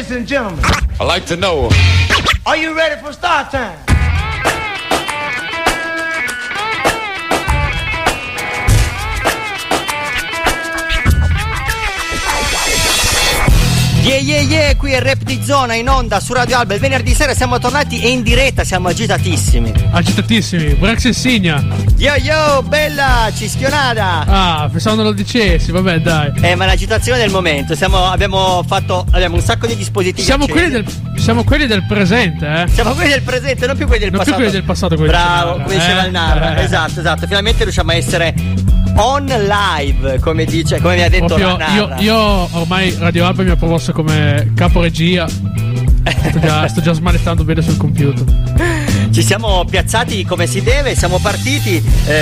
Ladies and gentlemen, I like to know. Are you ready for start time? Yeah, qui è Rap di Zona in onda su Radio Alba. Il venerdì sera siamo tornati e in diretta, siamo agitatissimi. Brax e Signa. Yo, bella, cischionata. Ah, pensavo non lo dicessi, vabbè dai. Ma l'agitazione del momento, abbiamo un sacco di dispositivi. Siamo quelli del presente, eh? Siamo quelli del presente, non più quelli del non passato. Più quelli del passato, bravo, come diceva il Narra. Esatto. Finalmente riusciamo a essere on live, come mi ha detto proprio Narra. Io ormai Radio Alba mi ha promosso come caporegia. Sto già smanettando bene sul computer. Ci siamo piazzati come si deve, siamo partiti.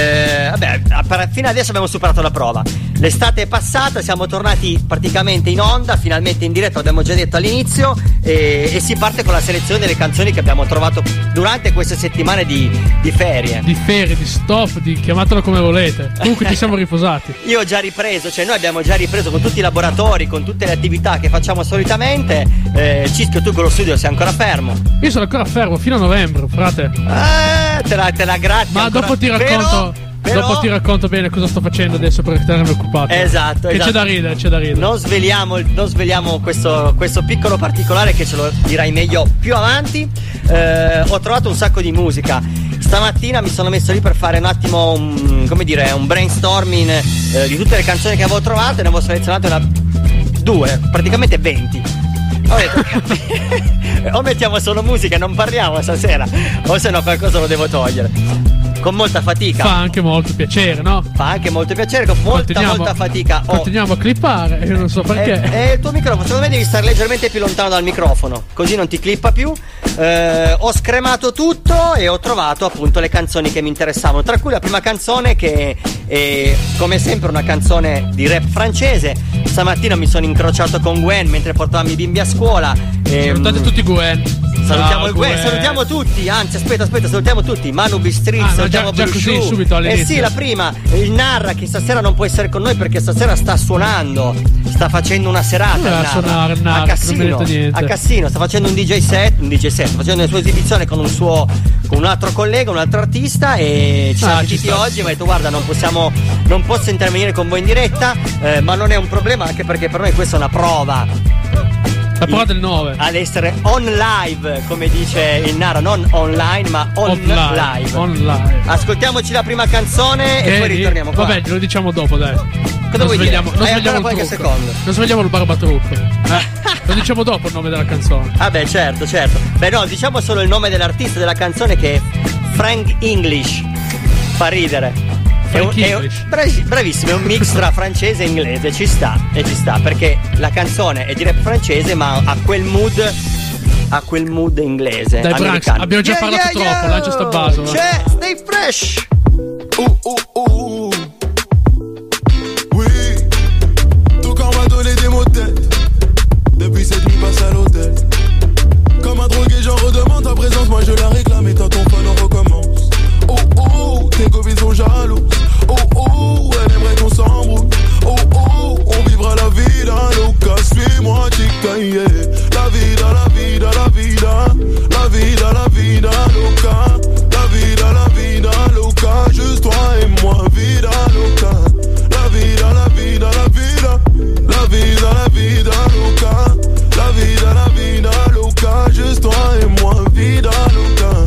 Fino adesso abbiamo superato la prova. L'estate è passata, siamo tornati praticamente in onda, finalmente in diretta, l'abbiamo già detto all'inizio, e si parte con la selezione delle canzoni che abbiamo trovato durante queste settimane di ferie. Di stop, chiamatelo come volete. Comunque ci siamo riposati. Io ho già ripreso, noi abbiamo già ripreso con tutti i laboratori, con tutte le attività che facciamo solitamente. Cischio, tu con lo studio sei ancora fermo? Io sono ancora fermo fino a novembre, frate. Te la gratti. Ma ancora. Dopo ti racconto bene cosa sto facendo adesso per tenermi occupato. Esatto. C'è da ridere. Non sveliamo questo piccolo particolare, che ce lo dirai meglio più avanti. Ho trovato un sacco di musica. Stamattina mi sono messo lì per fare un attimo un brainstorming di tutte le canzoni che avevo trovato, e ne avevo selezionate praticamente 20. Ho detto o mettiamo solo musica e non parliamo stasera, o se no qualcosa lo devo togliere. Con molta fatica. Fa anche molto piacere, no? Fa anche molto piacere, con molta fatica. Continuiamo a clippare, io non so perché. Il tuo microfono, secondo me devi stare leggermente più lontano dal microfono, così non ti clippa più. Ho scremato tutto e ho trovato appunto le canzoni che mi interessavano, tra cui la prima canzone, che è come sempre una canzone di rap francese. Stamattina mi sono incrociato con Gwen mentre portavamo i bimbi a scuola. Salutate tutti Gwen. Salutiamo il Gwen, salutiamo tutti. Anzi, aspetta, salutiamo tutti. Manu Bistreet, salutiamo già così subito all'inizio. Sì, la prima, il Narra, che stasera non può essere con noi perché stasera sta suonando. Sta facendo una serata a Cassino, sta facendo un DJ set, sta facendo una sua esibizione con un altro collega, un altro artista, e ci siamo sentiti oggi. Mi ha detto: guarda, non posso intervenire con voi in diretta, ma non è un problema, anche perché per noi questa è una prova. La prova del 9. Ad essere on live, come dice il Nara, non online ma on live. Ascoltiamoci la prima canzone e poi ritorniamo qua. Vabbè, lo diciamo dopo, dai. Cosa vuoi dire? Non svegliamo qualche secondo. Non svegliamo il barbatrucco. Lo diciamo dopo il nome della canzone. Beh, certo. Beh, no, diciamo solo il nome dell'artista della canzone, che è Frank English. Fa ridere. Bravissimo, è un mix tra francese e inglese, ci sta, perché la canzone è di rap francese ma ha quel mood inglese. Dai, americano. Abbiamo già parlato troppo, lancia sta base. C'è, stay fresh. Oui, ton corps m'a donné des maux de tête. Depuis cette nuit passe à l'hôtel. Comme un drogué, j'en redemande ta présence. Moi je la réclame et toi ton fan on recommence. Tes copines sont jalouses. Elle aimerait qu'on s'embrouille. On vivra la vida loca. Suis-moi, chica, yeah. La vida loca. La vida loca. Juste toi et moi, vida loca. La vida loca. La vida loca. Juste toi et moi, vida loca.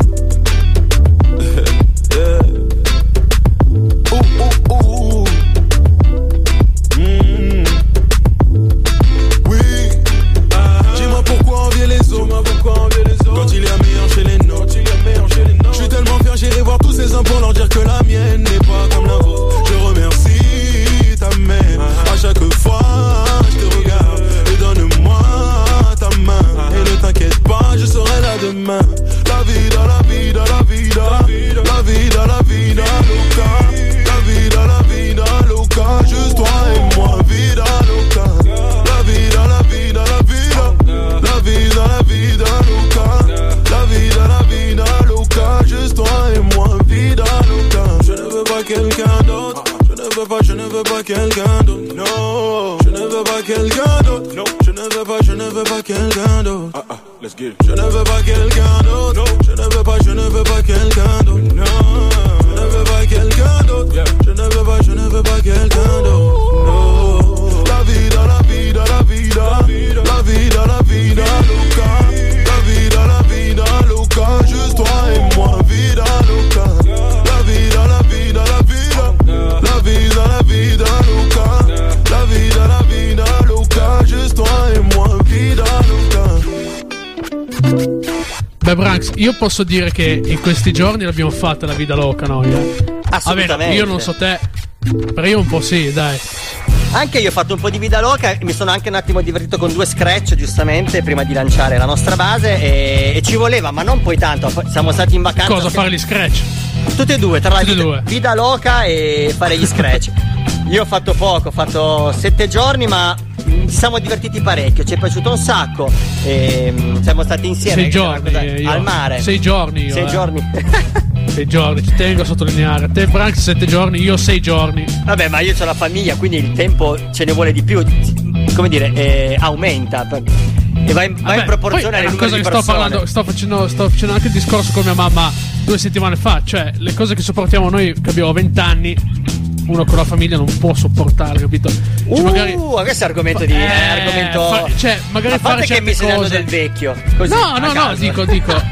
Quand il y a meilleur chez les nôtres. Je suis tellement fier, j'irai voir tous ces hommes pour leur dire que la mienne n'est pas comme la vôtre. Je remercie ta mère. À chaque fois je te regarde et donne-moi ta main. Et ne t'inquiète pas, je serai là demain. La vida loca. La vida loca. Juste toi et moi, vida loca. La vida loca. La vida loca. Juste toi et moi, vida loca. Je ne veux pas quelqu'un d'autre. Je ne veux pas quelqu'un d'autre. Non. Je ne veux pas quelqu'un d'autre. Non. Je ne je ne veux pas quelqu'un d'autre. Let's get it. Je ne veux pas quelqu'un d'autre. No. Je ne veux pas quelqu'un d'autre. No. Je ne veux pas quelqu'un d'autre. Yeah. Je ne veux pas quelqu'un d'autre. No. La vida, la vida, la vida. La vida, la vida, loca. La vida, la vida, loca. Juste toi et moi, vida, loca. La vida, la vida, la vida. La vida, la vida, loca. La vida, la vida, loca. Juste toi et moi, vida, loca. Beh, Branks, io posso dire che in questi giorni l'abbiamo fatta la vida loca noi. Assolutamente. Vabbè, io non so te, però io un po' sì, dai. Anche io ho fatto un po' di vida loca e mi sono anche un attimo divertito con 2 scratch, giustamente, prima di lanciare la nostra base e ci voleva, ma non poi tanto. Siamo stati in vacanza. Cosa, fare gli scratch? Tutti e due, tra la vida loca e fare gli scratch. Io ho fatto poco, ho fatto 7 giorni, ma ci siamo divertiti parecchio, ci è piaciuto un sacco e siamo stati insieme 6 giorni al mare. 6 giorni io. 6 giorni. 6 giorni, ci tengo a sottolineare. Te, Branks, 7 giorni, io 6 giorni. Vabbè, ma io ho la famiglia, quindi il tempo ce ne vuole di più. Come dire, aumenta e va in proporzione alle numero di persone. Sto facendo anche il discorso con mia mamma 2 settimane fa. Cioè, le cose che sopportiamo noi che abbiamo 20 anni, uno con la famiglia non può sopportare, capito? Cioè, magari questo è argomento di argomento. Cioè, magari a parte fare che mi stai dando del vecchio. Così, no, dico.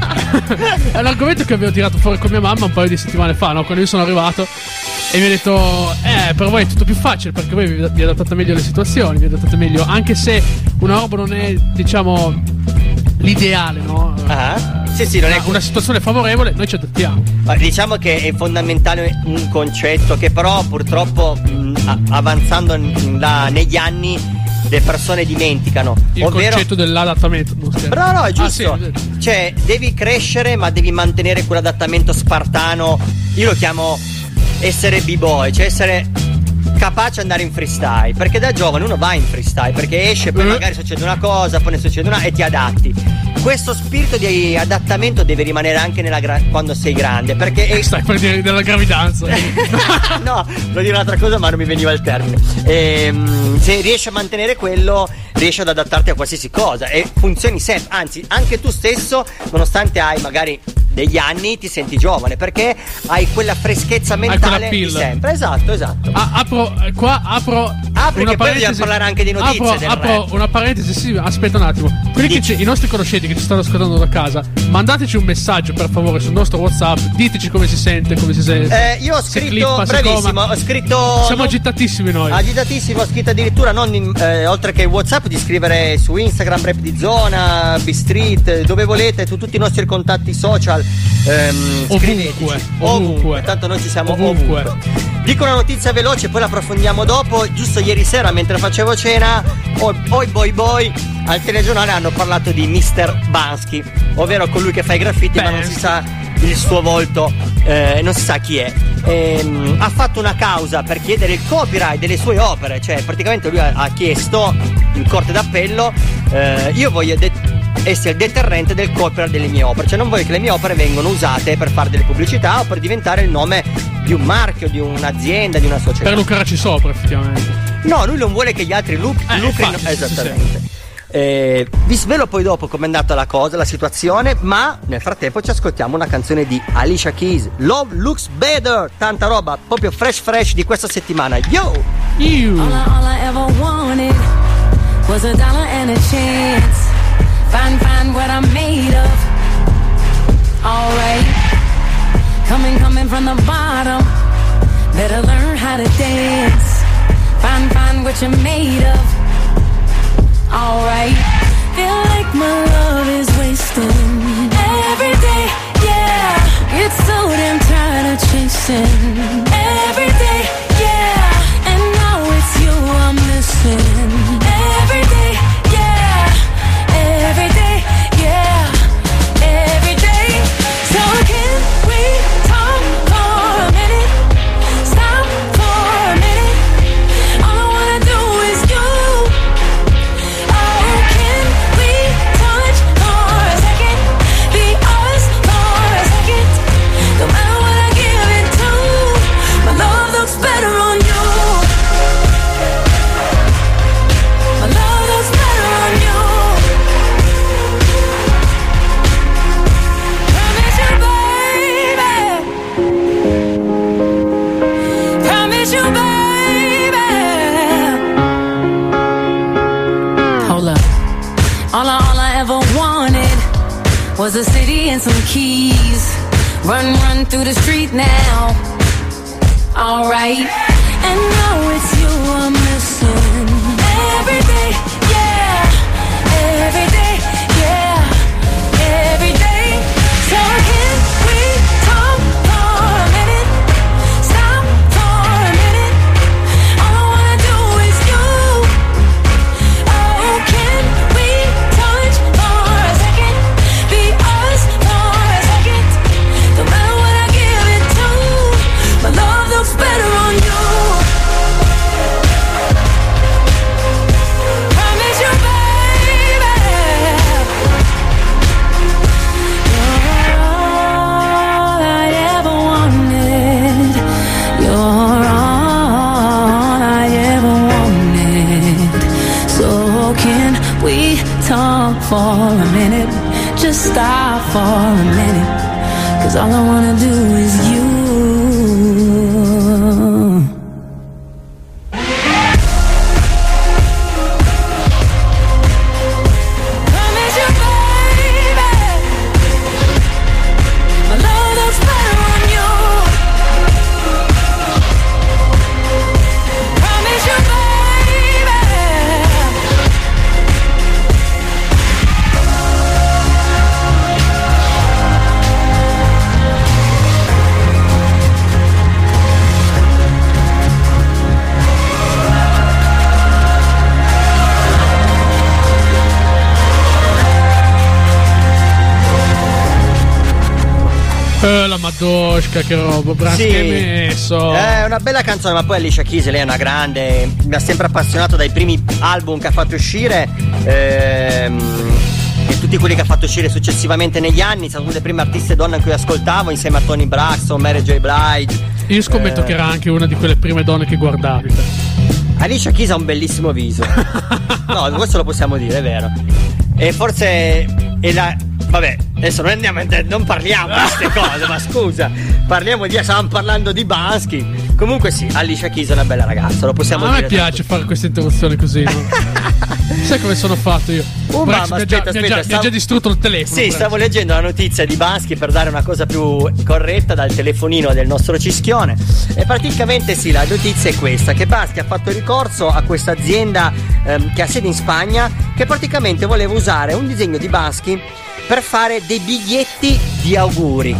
È l'argomento che abbiamo tirato fuori con mia mamma un paio di settimane fa, no? Quando io sono arrivato e mi ha detto per voi è tutto più facile perché voi vi adattate meglio alle situazioni, vi adattate meglio, anche se una roba non è, diciamo, l'ideale, no? Sì, non è una situazione favorevole, noi ci adattiamo. Diciamo che è fondamentale un concetto che però purtroppo avanzando negli anni le persone dimenticano, il concetto dell'adattamento. No, è giusto. Sì. Cioè, devi crescere ma devi mantenere quell'adattamento spartano. Io lo chiamo essere b-boy, cioè essere capace di andare in freestyle, perché da giovane uno va in freestyle perché esce, poi magari succede una cosa, poi ne succede una e ti adatti. Questo spirito di adattamento deve rimanere anche quando sei grande, perché stai per dire della gravidanza. No, volevo dire un'altra cosa ma non mi veniva il termine. Se riesci a mantenere quello, riesci ad adattarti a qualsiasi cosa e funzioni sempre, anzi anche tu stesso, nonostante hai magari degli anni, ti senti giovane perché hai quella freschezza mentale di sempre. Esatto. Apro Apri che poi dobbiamo parlare anche di notizie. Apro una parentesi, sì, aspetta un attimo. Quelli i nostri conoscenti che ci stanno ascoltando da casa, mandateci un messaggio per favore sul nostro WhatsApp, diteci come si sente, come si sente. Io ho scritto, bravissimo, ho scritto. Siamo agitatissimi noi. Agitatissimi, ho scritto addirittura oltre che WhatsApp di scrivere su Instagram, Rap di Zona, B-Street, dove volete, su tutti i nostri contatti social. Ovunque. Tanto noi ci siamo ovunque. Dico una notizia veloce, poi la approfondiamo dopo. Giusto ieri sera, mentre facevo cena, boy al telegiornale hanno parlato di Mr. Bansky, ovvero colui che fa i graffiti ma non si sa il suo volto, non si sa chi è. Ha fatto una causa per chiedere il copyright delle sue opere, cioè praticamente lui ha chiesto in corte d'appello io voglio essere il deterrente del copyright delle mie opere, cioè non voglio che le mie opere vengano usate per fare delle pubblicità o per diventare il nome di un marchio, di un'azienda, di una società, per lucrarci sopra effettivamente. No, lui non vuole che gli altri lucrino. Esattamente. Vi svelo poi dopo com'è andata la situazione, ma nel frattempo ci ascoltiamo una canzone di Alicia Keys, Love Looks Better, tanta roba proprio fresh di questa settimana. Yo! All I ever wanted was a dollar and a chance. Find what I'm made of. Alright, coming from the bottom. Better learn how to dance. Find what you're made of. Alright, feel like my love is wasting every day, yeah. It's so damn tired of chasing every day, yeah. And now it's you I'm missing every day, yeah. Every day, yeah. Every day. So can we talk for a minute? Stop for a minute. All I wanna do is you. Oh, can we touch for a second? Be us for a second. No matter what I give it to. was a city and some keys. Run, run through the street now. Alright. And now it's you I'm missing. Every day, yeah. Every day, yeah. Every day. So can we talk for a minute? Stop for a minute. All I wanna do is you. Oh, can we touch for a second? Be us for a second. No matter what I give it to, my love looks better on you. Promise you, baby, you're all I ever wanted. You're all I ever wanted. So can we talk for a minute? Just stop for a minute. 'Cause all I wanna do is you. Promise you, baby, my love looks better on you. Promise you, baby. La Madosca, che roba, bravo Sì. che hai messo. È una bella canzone, ma poi Alicia Keys, lei è una grande, mi ha sempre appassionato dai primi album che ha fatto uscire e tutti quelli che ha fatto uscire successivamente negli anni. È stata una delle prime artiste donne in cui ascoltavo, insieme a Toni Braxton, Mary J. Blige. Io scommetto che era anche una di quelle prime donne che guardavi. Alicia Keys ha un bellissimo viso. No, questo lo possiamo dire, è vero. E forse è la... Vabbè, adesso non parliamo di queste cose, ma scusa, stavamo parlando di Bansky. Comunque sì, Alicia Keys è una bella ragazza, lo possiamo A dire. me piace fare queste interruzioni così, no? Sai come sono fatto io? Oh, Brax mamma, mi ha già distrutto il telefono. Sì, Brax. stavo leggendo la notizia di Bansky per dare una cosa più corretta dal telefonino del nostro Cischione. E praticamente sì, la notizia è questa: che Bansky ha fatto ricorso a questa azienda che ha sede in Spagna, che praticamente voleva usare un disegno di Bansky per fare dei biglietti di auguri.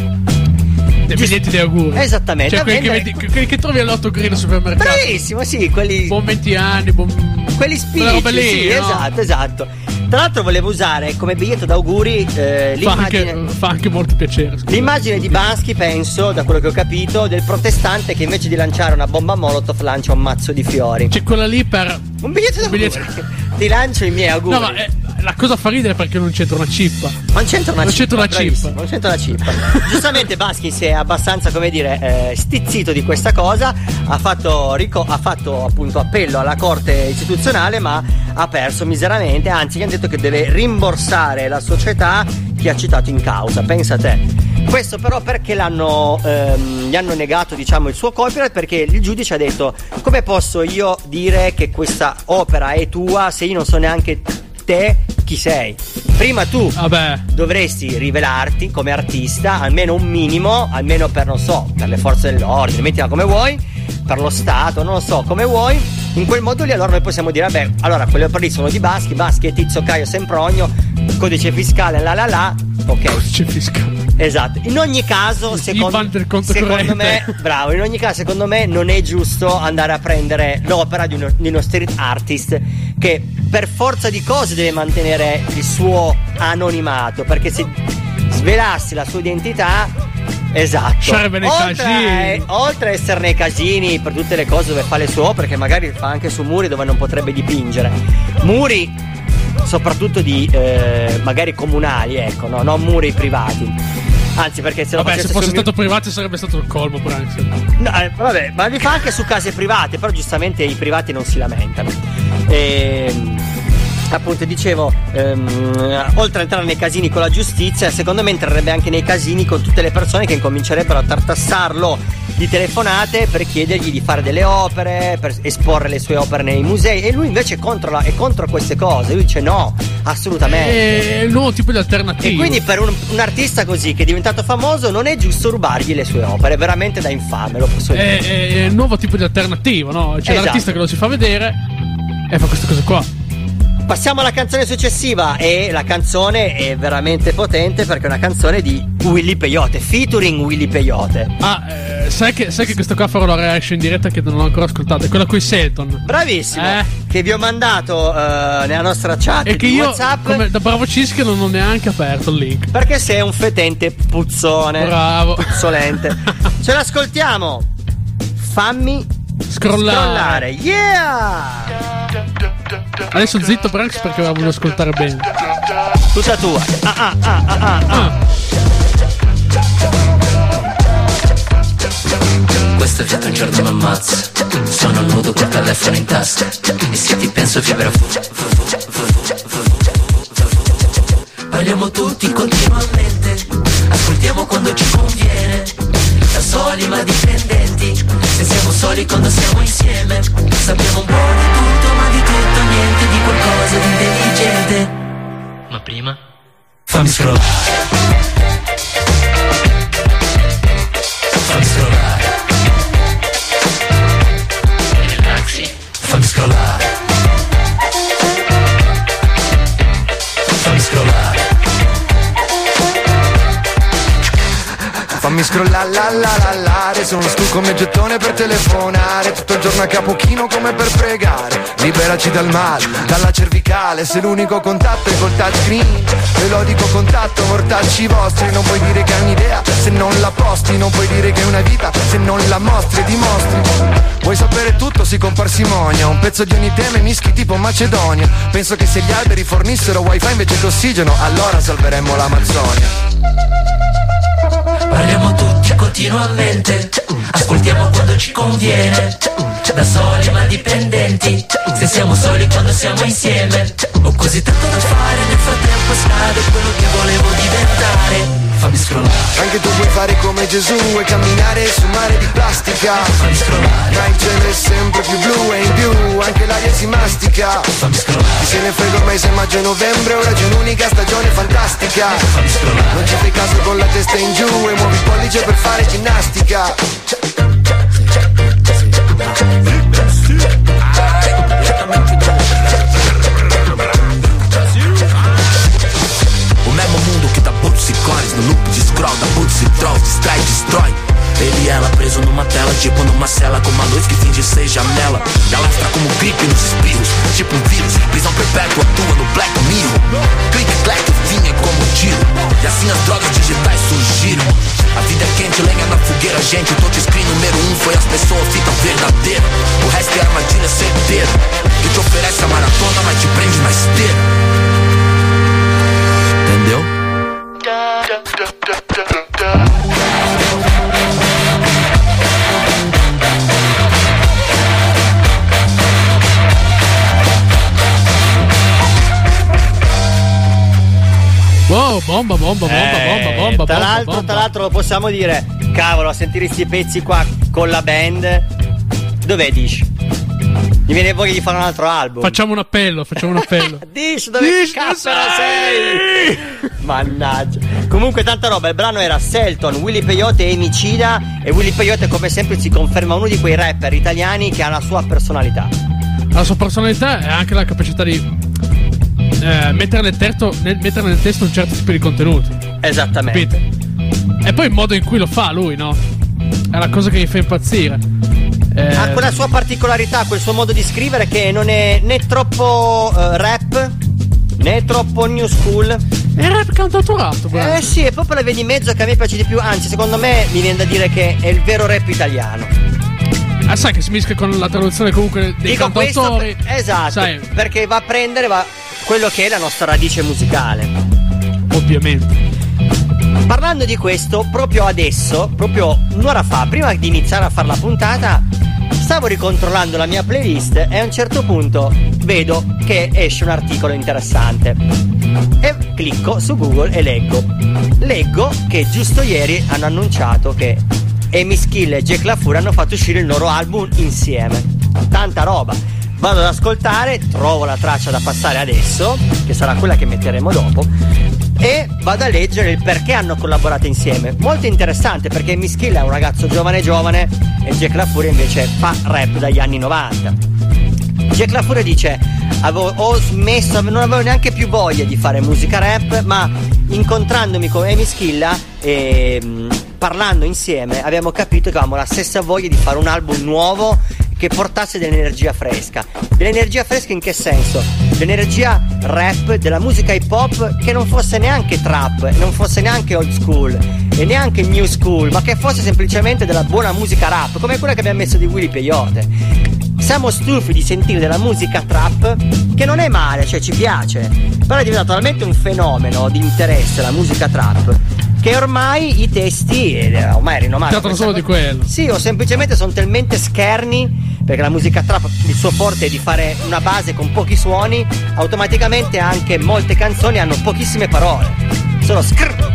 Dei biglietti di auguri. Esattamente. Cioè quelli che trovi all'autogrill al supermercato. Bravissimo, sì, quelli. Buon 20 anni, Quelli spicci, quella roba lì, sì, no? esatto. Tra l'altro volevo usare come biglietto d'auguri l'immagine. Fa anche molto piacere. Scusa. L'immagine di Bansky, penso, da quello che ho capito, del protestante che invece di lanciare una bomba Molotov lancia un mazzo di fiori. C'è quella lì per Un biglietto d'auguri. Ti lancio i miei auguri. No, ma la cosa fa ridere perché non c'entra una cippa. Non c'entra una cippa. cippa. Non c'entra una cippa. Giustamente Bansky si è abbastanza, come dire, stizzito di questa cosa. Ha fatto appunto appello alla corte istituzionale, ma ha perso miseramente. Anzi, gli hanno detto che deve rimborsare la società che ha citato in causa. Pensa a te. Questo però perché gli hanno negato, diciamo, il suo copyright, perché il giudice ha detto: come posso io dire che questa opera è tua se io non so neanche te chi sei? Prima tu dovresti rivelarti come artista, almeno un minimo, almeno per, non so, per le forze dell'ordine, mettila come vuoi, per lo Stato, non lo so, come vuoi. In quel modo lì allora noi possiamo dire: vabbè, allora quelle opere lì sono di Bansky è Tizio Caio Sempronio, codice fiscale ok. Codice fiscale. Esatto. In ogni caso, secondo me, bravo, in ogni caso secondo me non è giusto andare a prendere l'opera di uno street artist che per forza di cose deve mantenere il suo anonimato, perché se svelassi la sua identità, esatto, oltre a essere nei casini per tutte le cose dove fa le sue opere, che magari fa anche su muri dove non potrebbe dipingere, muri soprattutto di magari comunali, ecco, no? Non muri privati. Anzi, perché se fosse stato privato sarebbe stato il colmo, Branks. No, vabbè, ma li fa anche su case private, però giustamente i privati non si lamentano. Appunto dicevo, oltre a entrare nei casini con la giustizia, secondo me entrerebbe anche nei casini con tutte le persone che incomincerebbero a tartassarlo di telefonate per chiedergli di fare delle opere, per esporre le sue opere nei musei, e lui invece è contro queste cose. Lui dice no, assolutamente. È il nuovo tipo di alternativo. E quindi per un artista così che è diventato famoso non è giusto rubargli le sue opere, è veramente da infame, lo posso dire. È il nuovo tipo di alternativo, no? C'è Esatto. l'artista che lo si fa vedere e fa queste cose qua. Passiamo alla canzone successiva, e la canzone è veramente potente perché è una canzone di Willy Peyote, featuring Willy Peyote. Sai che questo qua farò la reaction in diretta che non l'ho ancora ascoltata, è quella con i Selton. Bravissimo, che vi ho mandato nella nostra chat e che di io, WhatsApp, come da bravo Cischi, non ho neanche aperto il link. perché sei un fetente puzzone. Bravo. Puzzolente. Ce l'ascoltiamo. Fammi scrollare. Yeah! Adesso zitto Branks perché la voglio ascoltare bene. Tutta tua. Questo fiato un giorno mi ammazza. Sono nudo col telefono in tasca. E se ti penso vibra Parliamo tutti continuamente. Ascoltiamo quando ci conviene. Da soli ma dipendenti. Se siamo soli quando siamo insieme. Sappiamo un po' di tutto ma di tutto niente. Di qualcosa di intelligente. Ma prima fammi scrollare. Fammi scrollare. Nel taxi. Fammi scrollare. Fammi scrollare. Fammi scrollare, sono stuco come gettone per telefonare. Tutto il giorno a capo chino come per pregare. Liberaci dal male, dalla cervicale. Se l'unico contatto è col touchscreen, melodico contatto, mortacci vostri. Non puoi dire che hai un'idea se non la posti. Non puoi dire che hai una vita se non la mostri e dimostri. Vuoi sapere tutto, sì, con parsimonia. Un pezzo di ogni tema e mischi tipo Macedonia. Penso che se gli alberi fornissero wifi invece che ossigeno, allora salveremmo l'Amazzonia. Parliamo tutti continuamente. Ascoltiamo quando ci conviene. Da soli ma dipendenti. Se siamo soli quando siamo insieme. Ho così tanto da fare, nel frattempo scade quello che volevo diventare. Fammi scrollare. Anche tu puoi fare come Gesù e camminare su mare di plastica. Fammi scrollare. Ma il cielo è sempre più blu e in più anche l'aria si mastica. Fammi scrollare. Chi se ne frega ormai se maggio e novembre, ora c'è un'unica stagione fantastica. Fammi scrollare. Non ci fai caso con la testa in giù e muovi il pollice per fare ginnastica. O mesmo mundo que dá pulsicões no loop de scroll, dá putz e troll, distrai, destrói. Ele e ela preso numa tela, tipo numa cela, com uma luz que finge ser janela. E alastra como gripe nos espirros, tipo um vírus. Prisão perpétua, atua no Black Mirror. Clique, clack, o fim é como um tiro. E assim as drogas digitais surgiram. A vida é quente, lenha na fogueira, gente. O touchscreen número 1 foi as pessoas, fita verdadeira. O resto é armadilha certeira, que te oferece a maratona, mas te prende na esteira. Entendeu? Wow, bomba. Tra l'altro lo possiamo dire, cavolo, a sentire questi pezzi qua con la band, dov'è Dish? Mi viene voglia di fare un altro album. Facciamo un appello. Dish, dove cazzo sei? Mannaggia. Comunque tanta roba, il brano era Selton, Willy Peyote e Emicida. E Willy Peyote come sempre si conferma uno di quei rapper italiani che ha la sua personalità. La sua personalità è anche la capacità di mettere nel testo un certo tipo di contenuti. Esattamente. Capite? E poi il modo in cui lo fa lui, no? È la cosa che mi fa impazzire. Ha quella sua particolarità, quel suo modo di scrivere che non è né troppo rap né troppo new school. È rap cantautorato, guarda. Sì, è proprio la via di mezzo che a me piace di più. Anzi, secondo me mi viene da dire che è il vero rap italiano. Ah, sai che si mischia con la traduzione comunque dei cantautori. Esatto, sai, perché va a prendere quello che è la nostra radice musicale. Ovviamente. Parlando di questo, proprio adesso, proprio un'ora fa, prima di iniziare a fare la puntata, stavo ricontrollando la mia playlist e a un certo punto vedo che esce un articolo interessante e clicco su Google e leggo che giusto ieri hanno annunciato che Amy Skill e Jake LaFuria hanno fatto uscire il loro album insieme. Tanta roba. Vado ad ascoltare, trovo la traccia da passare adesso, che sarà quella che metteremo dopo, e vado a leggere il perché hanno collaborato insieme. Molto interessante, perché Amy Skill è un ragazzo giovane e Jake LaFuria invece fa rap dagli anni 90. Jake LaFuria dice: ho smesso, non avevo neanche più voglia di fare musica rap, ma incontrandomi con Amy Skilla e parlando insieme abbiamo capito che avevamo la stessa voglia di fare un album nuovo che portasse dell'energia fresca. Dell'energia fresca in che senso? L'energia rap, della musica hip hop che non fosse neanche trap, non fosse neanche old school e neanche new school, ma che fosse semplicemente della buona musica rap, come quella che abbiamo messo di Willy Peyote. Siamo stufi di sentire della musica trap, che non è male, cioè ci piace, però è diventato talmente un fenomeno di interesse la musica trap che ormai i testi, ormai è rinomato, trattano solo di quello. Sì, o semplicemente sono talmente scherni, perché la musica trap, il suo forte è di fare una base con pochi suoni, automaticamente anche molte canzoni hanno pochissime parole, sono scr,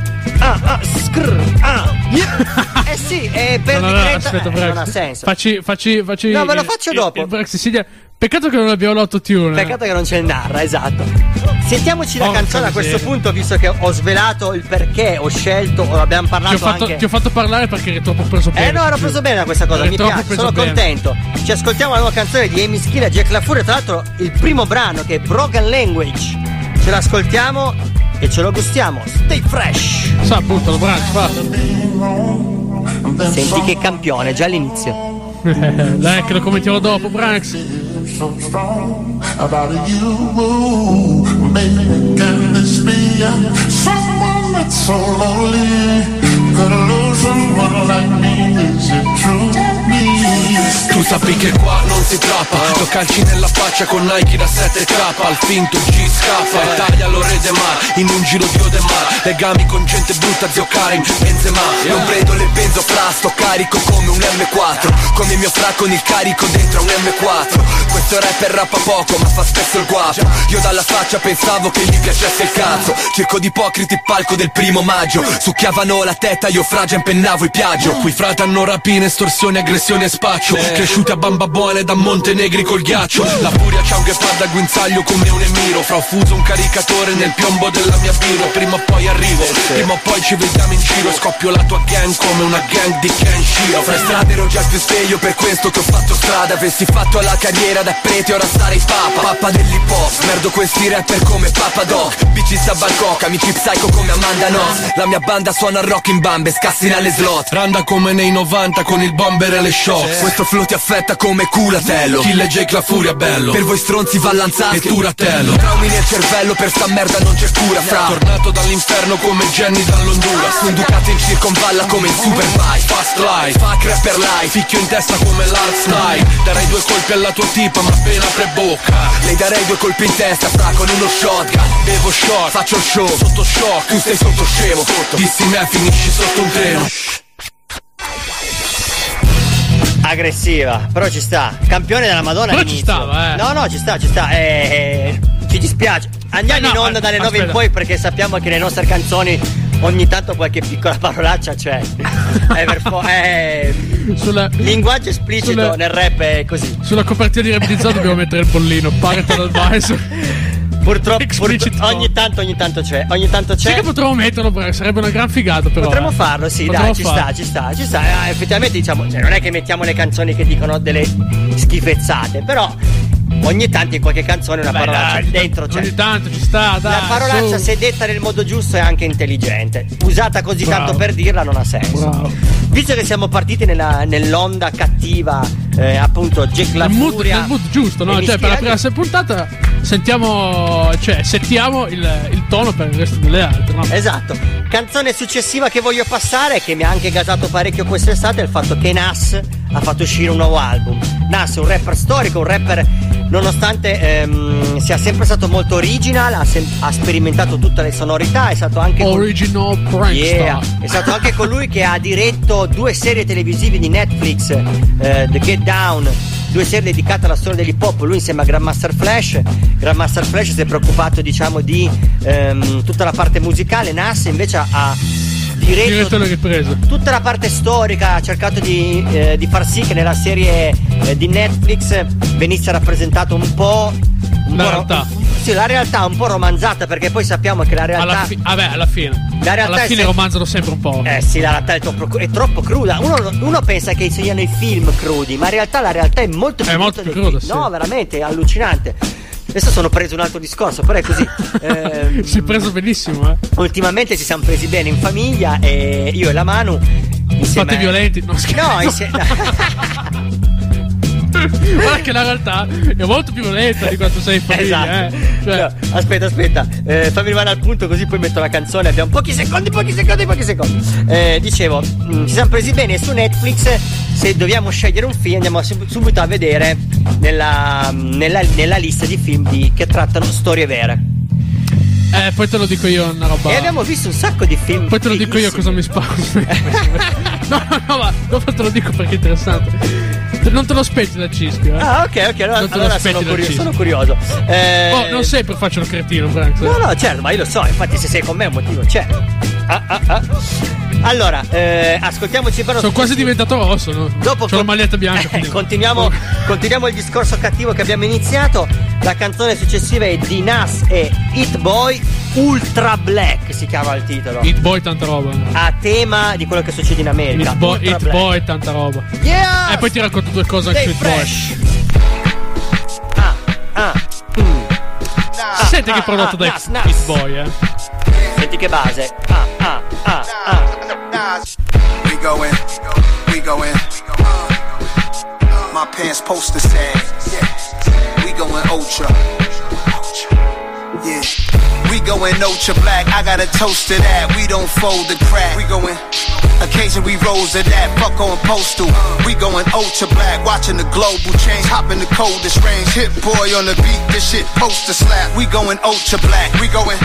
eh sì, per aspetta, non ha senso. Facci no, ve lo faccio dopo. Peccato che non abbiamo l'autotune. Peccato che non c'è il narra, esatto. Sentiamoci la canzone a questo punto, visto che ho svelato il perché ho scelto, o abbiamo parlato ti ho fatto parlare perché eri troppo preso bene. No, ero preso bene da questa cosa, mi piace, sono contento. Ci ascoltiamo la nuova canzone di Amy Skill e Jake LaFuria, tra l'altro il primo brano che è Broken Language. Ce l'ascoltiamo e ce lo gustiamo. Stay fresh. Sa, buttalo, Branks, fa. Senti che campione, già all'inizio. Dai, che lo commentiamo dopo, Branks. So strong about you, baby. Can this be someone that's so lonely? Could lose someone like me? Is it true? Tu sappi che qua non si trappa, lo calci nella faccia con Nike da 7K, al finto G scappa e taglia l'Orede Mar in un giro di Odemar, legami con gente brutta, zio Karim, Benzema, non prendo le benzoflasto, carico come un M4, come mio fra con il carico dentro un M4, questo rapper rappa poco ma fa spesso il guapo, io dalla faccia pensavo che gli piacesse il cazzo, circo di ipocriti palco del 1° maggio, succhiavano la tetta, io frage impennavo il piaggio, qui frate hanno rapine, estorsioni, aggressioni e spaccio, cresciuti a bamba buone da Montenegri col ghiaccio, la furia c'ha un ghepard a guinzaglio come un emiro, fra fuso un caricatore nel piombo della mia birra, prima o poi arrivo, prima o poi ci vediamo in giro, scoppio la tua gang come una gang di Kenshiro, fra strade ero già più sveglio per questo che ho fatto strada, avessi fatto la carriera da prete ora sarei papa dell'hip hop, merdo questi rapper come Papa Doc, bici da Bangkok, amici psycho come Amanda Knox, la mia banda suona rock in bambe, scassina le slot, randa come nei 90 con il bomber e le shock, questo flow ti affetta come culatello, Kill e Jake LaFuria bello, per voi stronzi va lanzato e turatello, traumi nel cervello, per sta merda non c'è cura fra, tornato dall'inferno come Jenny dall'Honduras, un Ducati in circonvalla come il Superbike, fast life, fuck rapper life, ficchio in testa come l'art style, darei 2 colpi alla tua tipa ma appena apre bocca, lei darei 2 colpi in testa fra con uno shotgun, bevo shot, faccio show, sotto shock, tu stai sotto scemo, dissi me finisci sotto un treno. Aggressiva, però ci sta. Campione della Madonna. Però ci stava, No, ci sta. Ci dispiace. Andiamo in onda dalle 9 in poi, perché sappiamo che le nostre canzoni ogni tanto qualche piccola parolaccia c'è. Linguaggio esplicito nel rap è così. Sulla copertina di Rap dobbiamo mettere il pollino, parental advisor. Purtroppo ogni tanto c'è. Sì che potremmo metterlo, sarebbe una gran figata però. Potremmo farlo, sì, dai, ci sta. Effettivamente diciamo, cioè, non è che mettiamo le canzoni che dicono delle schifezzate, però ogni tanto in qualche canzone una parolaccia dentro c'è. Ogni tanto ci sta, dai. La parolaccia, se detta nel modo giusto, è anche intelligente. Usata così tanto per dirla non ha senso. Bravo. Visto che siamo partiti nell'onda cattiva, appunto Jake LaFuria, nel mood giusto, no? Cioè, per la prima puntata settiamo il tono per il resto delle altre, no? Esatto. Canzone successiva che voglio passare, che mi ha anche gasato parecchio quest'estate, è il fatto che Nas ha fatto uscire un nuovo album. Nas è un rapper storico, un rapper, nonostante sia sempre stato molto original, ha sperimentato tutte le sonorità, è stato anche original prankster. È stato anche colui che ha diretto 2 serie televisive di Netflix, The Get Down, 2 serie dedicate alla storia dell'hip hop, lui insieme a Grandmaster Flash. Grandmaster Flash si è preoccupato, diciamo, di tutta la parte musicale. Nas invece ha diretto le riprese. tutta la parte storica, ha cercato di far sì che nella serie di Netflix venisse rappresentato un po' la realtà. Sì, la realtà un po' romanzata, perché poi sappiamo che la realtà alla fine. La realtà alla fine romanzano sempre un po'. Sì, la realtà è troppo cruda. Uno pensa che siano i film crudi, ma in realtà la realtà è molto più cruda. Sì. No, veramente, è allucinante. Adesso sono preso un altro discorso, però è così. Si è preso benissimo, Ultimamente ci siamo presi bene in famiglia, e io e la Manu insieme. Fatti violenti? No, scherzo. No, insieme. Guarda che la realtà è molto più violenta di quanto sei in famiglia. Esatto. Cioè. No, aspetta. Fammi arrivare al punto, così poi metto la canzone. Abbiamo pochi secondi. Dicevo, ci siamo presi bene su Netflix. Se dobbiamo scegliere un film, andiamo subito a vedere nella lista di film che trattano storie vere. Poi te lo dico io una roba. E abbiamo visto un sacco di film. Poi te lo dico io cosa mi sparo. No, ma dopo te lo dico perché è interessante. Non te lo aspetti da Cischio, Ah, ok, allora sono curioso. Non sei per farci un cretino, Frank. No, certo, ma io lo so, infatti se sei con me un motivo c'è. Allora, ascoltiamoci però. Sono quasi diventato rosso, no? Dopo c'ho la maglietta bianca. Continuiamo il discorso cattivo che abbiamo iniziato. La canzone successiva è di Nas e Hit Boy, Ultra Black si chiama il titolo. Hit Boy, tanta roba. A tema di quello che succede in America. Hit Boy, tanta roba. Yeah! E poi ti racconto due cose anche su Hit Boy. Si sente che è prodotto da Hit Boy, Senti che base. We go in. My pants poster sad. We going ultra. Yeah. We going ultra black. I got a toast to that. We don't fold the crack. We going. Occasion we rose to that. Fuck on postal. We going ultra black. Watching the global change. Hop in the coldest range. Hit boy on the beat. This shit poster slap. We going ultra black. We going.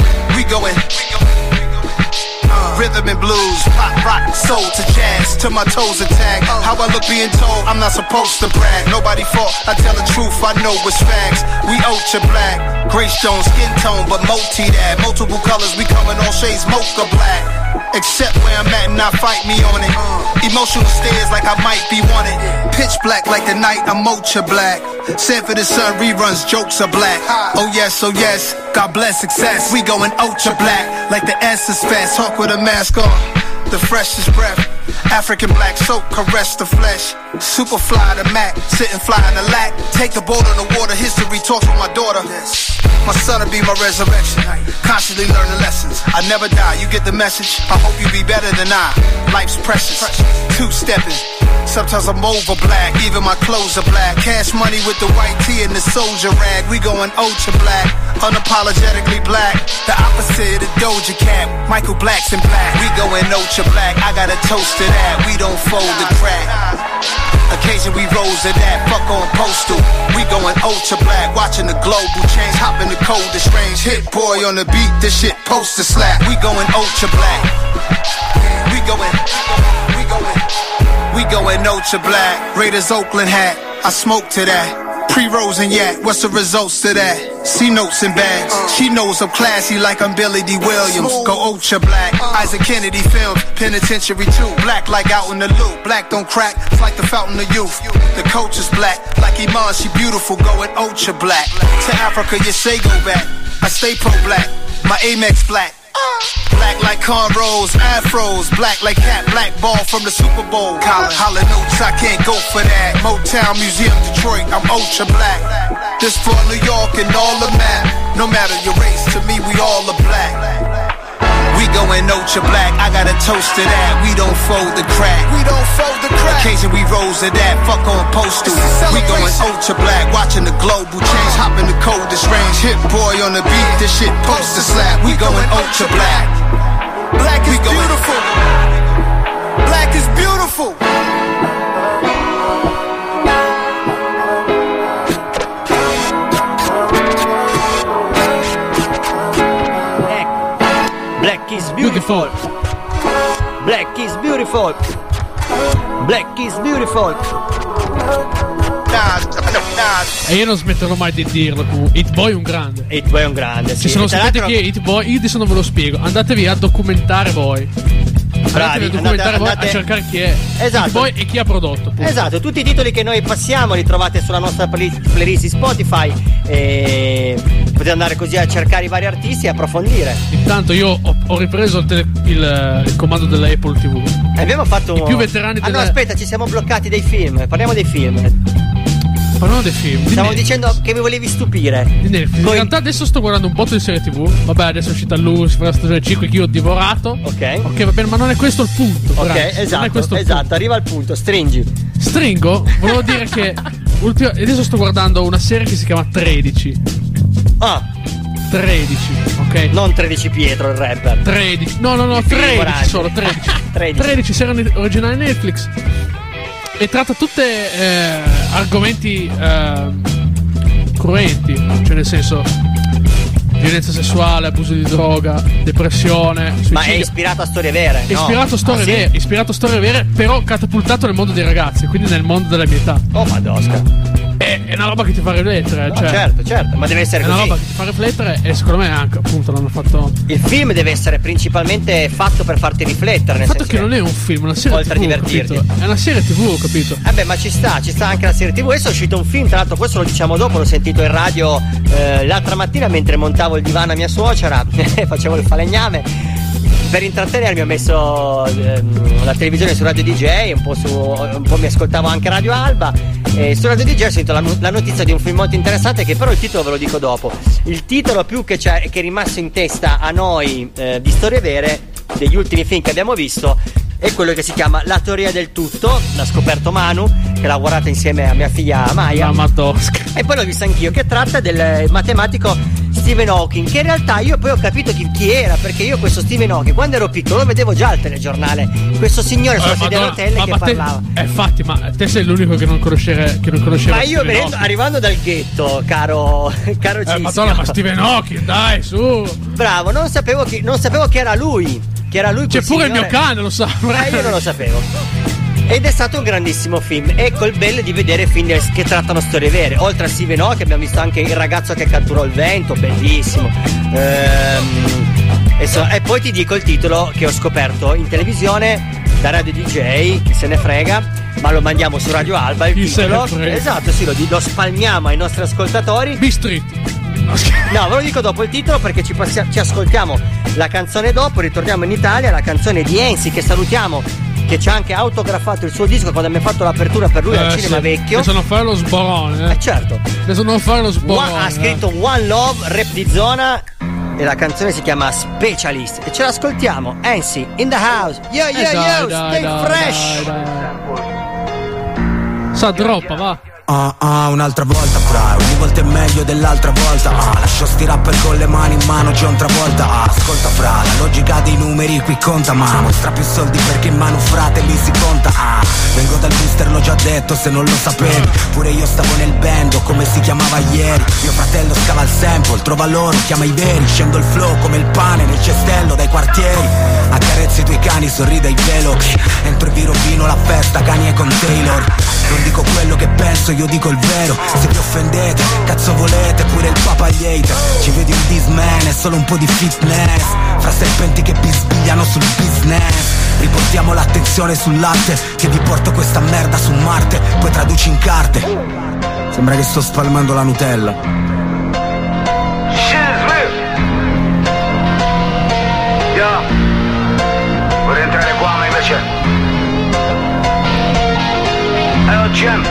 Rhythm and blues, pop, rock, soul to jazz, till my toes attack. How I look being told, I'm not supposed to brag. Nobody fault, I tell the truth, I know it's facts. We ultra black, Grace Jones, skin tone, but multi that. Multiple colors, we coming all shades, mocha black. Except where I'm at and not fight me on it. Emotional stares like I might be wanted. Pitch black like the night, I'm ultra black. Sanford and Son reruns, jokes are black. Oh yes, God bless success. We going ultra black, like the essence fast. Hawk with a mask on, the freshest breath. African black soap, caress the flesh. Super fly the Mac, sitting fly in the lack. Take a boat on the water, history talks with my daughter. My son will be my resurrection. Constantly learning lessons. I never die, you get the message. I hope you be better than I. Life's precious. Two-stepping. Sometimes I'm over black, even my clothes are black. Cash money with the white tee and the soldier rag. We going ultra black, unapologetically black. The opposite of Doja Cat, Michael Blackson black. We going ultra black, I got a toast to that. We don't fold the crack. Occasion we rose to that, fuck on postal. We going ultra black, watching the global change. Hop in the coldest range, hit boy on the beat, this shit poster slap. We going ultra black. We going ultra black. Raiders Oakland hat, I smoke to that. Pre-rolls and yak, what's the results to that? C notes and bags. She knows I'm classy like I'm Billy D. Williams. Go ultra black. Isaac Kennedy films, Penitentiary 2. Black like out in the loop. Black don't crack, it's like the fountain of youth. The coach is black, like Iman, she beautiful. Going ultra black. To Africa, you say go back. I stay pro-black, my Amex black. Black like cornrows, afros. Black like Cat, black ball from the Super Bowl. Holla notes, I can't go for that. Motown Museum, Detroit, I'm ultra black. This for New York and all the map. No matter your race, to me we all are black. We going ultra black, I got a toast to that. We don't fold the crack. Occasion we rose to that, fuck on postal. We going ultra black, watching the global change. Hop in the coldest range, hit boy on the beat, this shit poster slap. We going ultra black. Black is beautiful. Black is beautiful. Black is beautiful. Black is beautiful. Black is beautiful. E io non smetterò mai di dirlo. Hit Boy è un grande. Hit Boy è un grande. Sì. Se non sapete chi è Hit Boy, io adesso non ve lo spiego. Andatevi a documentare voi. Andate nel documentario a cercare chi è. Esatto. Poi e chi ha prodotto. Appunto. Esatto, tutti i titoli che noi passiamo li trovate sulla nostra playlist di Spotify e potete andare così a cercare i vari artisti e approfondire. Intanto io ho ripreso il comando della Apple TV. Abbiamo fatto i più veterani no, aspetta, ci siamo bloccati dei film. Parliamo dei film. Parlando dei film. Stavo dicendo che mi volevi stupire. Di Netflix. In realtà adesso sto guardando un po' di serie TV. Vabbè, adesso è uscita Lucifer, stagione 5 che io ho divorato. Ok, va bene, ma non è questo il punto. Ok, grazie. esatto, non è questo il punto. Arriva al punto, stringi. Stringo? Volevo dire che adesso sto guardando una serie che si chiama 13. Ah, 13, ok? Non 13 Pietro, il rapper. 13. No, 13 solo, 13. 13 serie originale Netflix. E tratta tutte argomenti cruenti, cioè nel senso violenza sessuale, abuso di droga, depressione, suicidio. Ma è ispirato a storie vere? Ispirato a storie vere, però catapultato nel mondo dei ragazzi, quindi nel mondo della mia età. Oh madosca. È una roba che ti fa riflettere, no, cioè, certo, ma deve essere è così. È una roba che ti fa riflettere e secondo me anche appunto l'hanno fatto. Il film deve essere principalmente fatto per farti riflettere. Il fatto che non è un film, è una serie oltre TV, a divertirti. capito? È una serie TV, capito? Ma ci sta anche la serie TV. Adesso è uscito un film, tra l'altro questo lo diciamo dopo, l'ho sentito in radio l'altra mattina mentre montavo il divano a mia suocera, facevo il falegname. Per intrattenermi ho messo la televisione su Radio DJ, un po' mi ascoltavo anche Radio Alba e su Radio DJ ho sentito la notizia di un film molto interessante che però il titolo ve lo dico dopo. Il titolo più che è rimasto in testa a noi di storie vere degli ultimi film che abbiamo visto è quello che si chiama La teoria del tutto, l'ha scoperto Manu, che l'ha guardato insieme a mia figlia Maya. Mamma tosca. E poi l'ho visto anch'io, che tratta del matematico Stephen Hawking, che in realtà io poi ho capito chi era, perché io questo Stephen Hawking quando ero piccolo lo vedevo già al telegiornale, questo signore sulla sedia a rotelle che parlava. Infatti, ma te sei l'unico che non conosceva. Ma io arrivando dal ghetto, caro Cisco. Madonna, ma Stephen Hawking, dai, su. Bravo, non sapevo che era lui. Che era lui. C'è pure il mio cane, lo sa. Io non lo sapevo. Ed è stato un grandissimo film. Ecco il bello di vedere film che trattano storie vere. Oltre a Stephen Hawking abbiamo visto anche Il ragazzo che catturò il vento, bellissimo. E poi ti dico il titolo che ho scoperto in televisione da Radio DJ, chi se ne frega, ma lo mandiamo su Radio Alba il titolo. Esatto, sì, lo spalmiamo ai nostri ascoltatori. B-Street. No, ve lo dico dopo il titolo perché ci ascoltiamo la canzone dopo, ritorniamo in Italia, la canzone di Ensi che salutiamo, che ci ha anche autografato il suo disco quando abbiamo fatto l'apertura per lui al cinema vecchio. Adesso non fare lo sborone, certo. Adesso non fare lo sborone. Ha scritto One Love, rap di zona, e la canzone si chiama Specialist e ce l'ascoltiamo. Ensi in the house. Yo, stay fresh. Sa droppa, va. Un'altra volta fra, ogni volta è meglio dell'altra volta. Lascio sti rapper con le mani in mano, c'è un'altra volta. Ascolta fra, la logica dei numeri qui conta, ma mostra più soldi perché in mano frate lì si conta. Vengo dal booster, l'ho già detto se non lo sapevi. Pure io stavo nel band, o come si chiamava ieri. Mio fratello scava il sample, trova loro, chiama i veri. Scendo il flow come il pane nel cestello dai quartieri. Accarezzo i tuoi cani, sorride il velo. Entro e vi rovino la festa, Kanye con Taylor. Non dico quello che penso, io dico il vero. Se vi offendete, cazzo volete, pure il papa gli hater. Ci vedi un disman, è solo un po' di fitness. Fra serpenti che bisbigliano sul business. Riportiamo l'attenzione sul latte, che vi porto questa merda su Marte. Poi traduci in carte. Sembra che sto spalmando la Nutella. Yo, vorrei entrare qua ma invece Jam.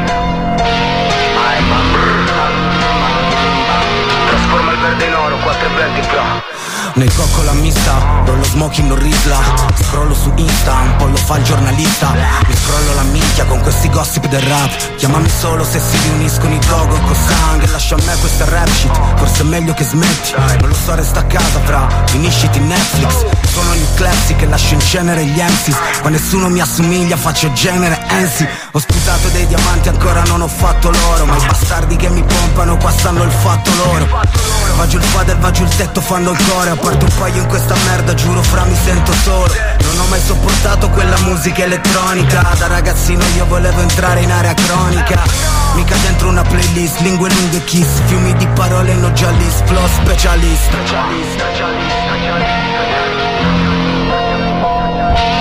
Trasforma il verde in oro, 420 pro. Nel coccola mista, rollo smoking non risla. Scrollo su Insta, un po' lo fa il giornalista. Mi scrollo la minchia con questi gossip del rap. Chiamami solo se si riuniscono i Dogo con Sang. E lascia a me questa rap shit, forse è meglio che smetti. Non lo so, resta a casa fra, finisciti in Netflix. Sono il classic e lascio in cenere gli MCs. Ma nessuno mi assomiglia, faccio genere Ensi. Ho sputato dei diamanti, ancora non ho fatto l'oro. Ma i bastardi che mi pompano, qua stanno il fatto loro. Vagio il padel, vagio il tetto, fanno il core. A parte un paio in questa merda, giuro fra mi sento solo. Non ho mai sopportato quella musica elettronica. Da ragazzino io volevo entrare in area cronica. Mica dentro una playlist, lingue lunghe kiss. Fiumi di parole no giallis, flow specialist.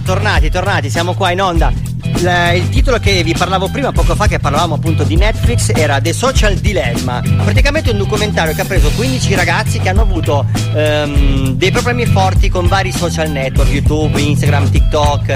tornati, siamo qua in onda. Il titolo che vi parlavo prima, poco fa, che parlavamo appunto di Netflix, era The Social Dilemma. Praticamente un documentario che ha preso 15 ragazzi che hanno avuto dei problemi forti con vari social network, YouTube, Instagram, TikTok,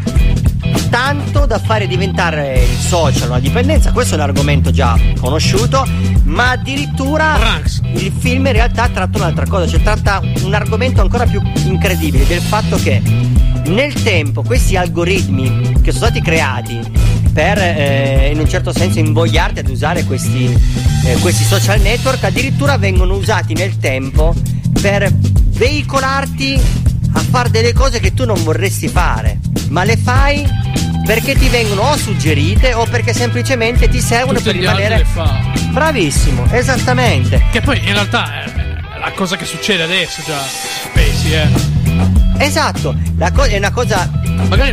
tanto da fare diventare il social una dipendenza. Questo è un argomento già conosciuto, ma addirittura il film in realtà tratta un'altra cosa, cioè tratta un argomento ancora più incredibile, del fatto che nel tempo questi algoritmi che sono stati creati per in un certo senso invogliarti ad usare questi social network, addirittura vengono usati nel tempo per veicolarti a fare delle cose che tu non vorresti fare, ma le fai perché ti vengono o suggerite o perché semplicemente ti servono per rimanere bravissimo, esattamente. Che poi in realtà è la cosa che succede adesso, già pensi, Esatto, è una cosa magari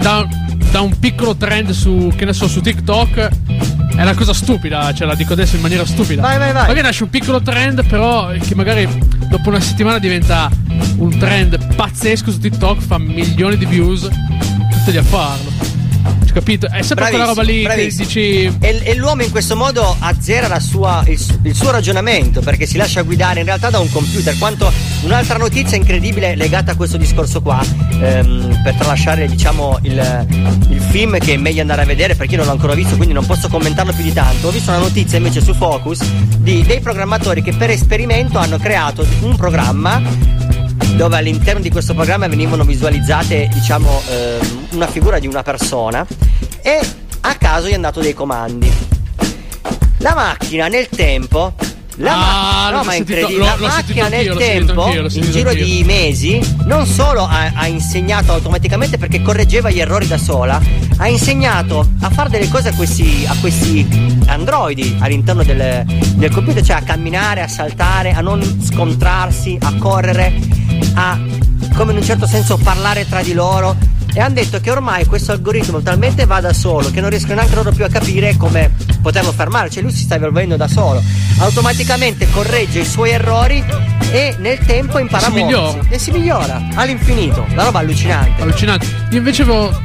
da un piccolo trend su, che ne so, su TikTok, è una cosa stupida, cioè la dico adesso in maniera stupida. Vai. Magari nasce un piccolo trend, però che magari dopo una settimana diventa un trend pazzesco su TikTok, fa milioni di views, tutti lì a farlo. Capito? È sempre quella roba lì che dici. E l'uomo in questo modo azzera il suo ragionamento, perché si lascia guidare in realtà da un computer. Quanto un'altra notizia incredibile legata a questo discorso qua, per tralasciare diciamo il film, che è meglio andare a vedere perché io non l'ho ancora visto, quindi non posso commentarlo più di tanto. Ho visto una notizia invece su Focus dei programmatori che per esperimento hanno creato un programma dove all'interno di questo programma venivano visualizzate diciamo una figura di una persona, e a caso gli hanno dato dei comandi. La macchina nel tempo la macchina nel tempo, in giro di mesi, non solo ha insegnato automaticamente, perché correggeva gli errori da sola, ha insegnato a fare delle cose a questi androidi all'interno del computer, cioè a camminare, a saltare, a non scontrarsi, a correre, a, come in un certo senso, parlare tra di loro. E hanno detto che ormai questo algoritmo talmente va da solo che non riescono neanche loro più a capire come poterlo fermare, cioè lui si sta evolvendo da solo, automaticamente corregge i suoi errori e nel tempo impara a muoversi e si migliora all'infinito. La roba allucinante. Io invece avevo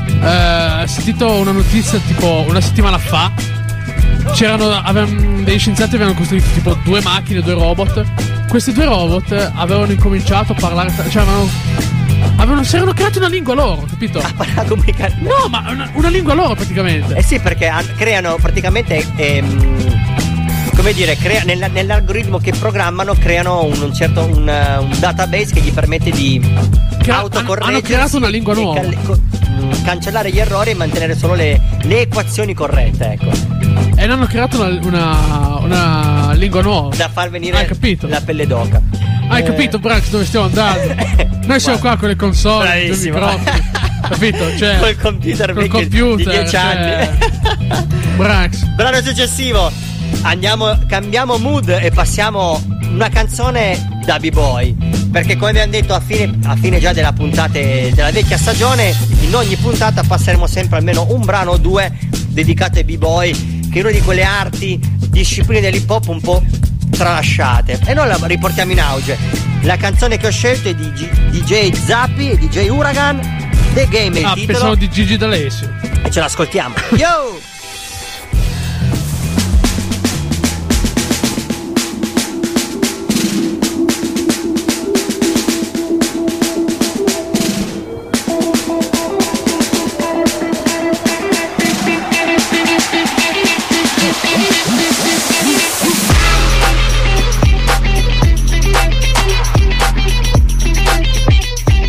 sentito una notizia tipo una settimana fa. Degli scienziati avevano costruito tipo 2 macchine, 2 robot. Questi 2 robot avevano incominciato a parlare, cioè si erano creati una lingua loro, capito? A comunicare. No, ma una lingua loro praticamente. Sì, perché creano praticamente come dire, nell'algoritmo che programmano creano un database che gli permette di autocorreggersi. Hanno creato una lingua nuova, cancellare gli errori e mantenere solo le equazioni corrette, ecco. E hanno creato una lingua nuova da far venire la pelle d'oca. Hai capito, Brax, dove stiamo andando? Noi siamo qua con le console, con i microfoni, capito? Cioè, col computer di 10 anni. Brax. Brano successivo. Cambiamo mood e passiamo una canzone da B-Boy, perché come abbiamo detto a fine già della puntata della vecchia stagione, in ogni puntata passeremo sempre almeno un brano o 2 dedicato ai B-Boy, che è una di quelle arti, discipline dell'hip hop un po' tralasciate, e noi la riportiamo in auge. La canzone che ho scelto è di DJ Zappi e DJ Huragan, The Game è il titolo. Pensavo di Gigi D'Alessio. E ce l'ascoltiamo. Yo!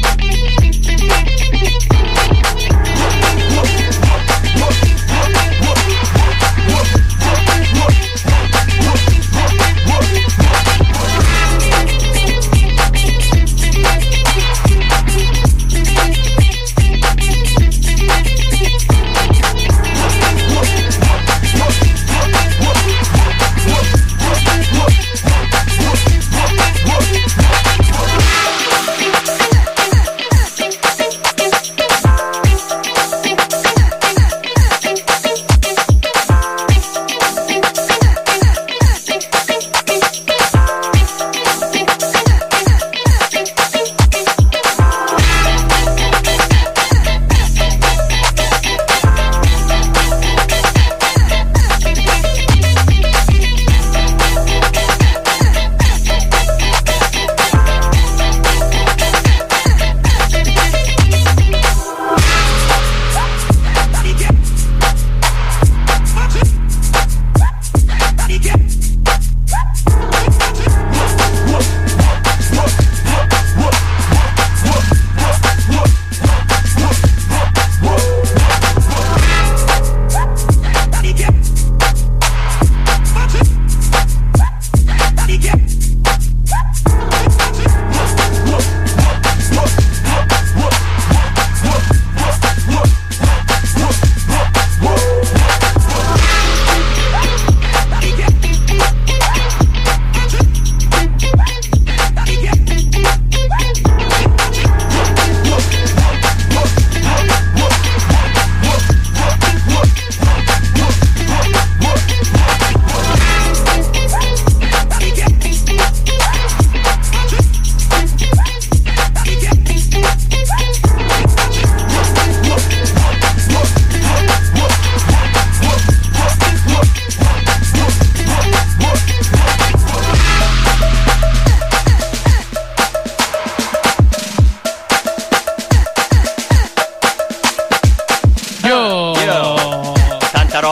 Whoa.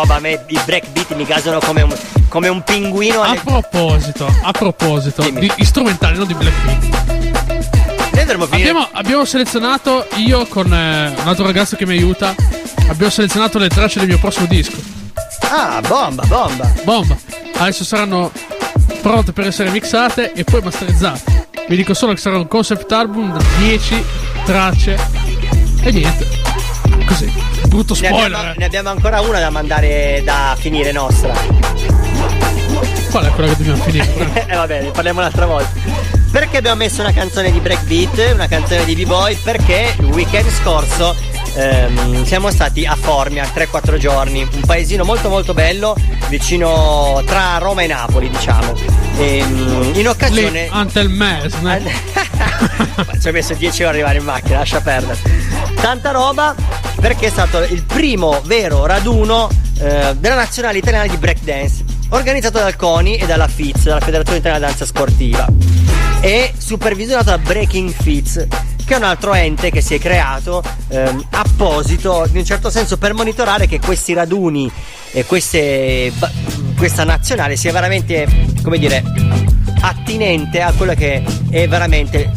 roba, a me i breakbeat mi gasano come un pinguino. A proposito di strumentali, non di breakbeat. Abbiamo selezionato, io con un altro ragazzo che mi aiuta, abbiamo selezionato le tracce del mio prossimo disco. Ah, bomba. Adesso saranno pronte per essere mixate e poi masterizzate. Vi dico solo che sarà un concept album da 10 tracce e niente, così, brutto spoiler. Ne abbiamo ancora una da mandare, da finire nostra. Qual è quella che dobbiamo finire? Va bene, parliamo un'altra volta. Perché abbiamo messo una canzone di breakbeat, una canzone di b-boy? Perché il weekend scorso siamo stati a Formia 3-4 giorni, un paesino molto molto bello vicino tra Roma e Napoli, diciamo. In occasione ante il mese, ci ho messo 10 ore ad arrivare in macchina, lascia perdere. Tanta roba, perché è stato il primo vero raduno della nazionale italiana di breakdance, organizzato dal CONI e dalla FITS, dalla Federazione Italiana Danza Sportiva, e supervisionato da Breaking Fits, che è un altro ente che si è creato apposito in un certo senso per monitorare che questi raduni e questa nazionale sia veramente, come dire, attinente a quello che è veramente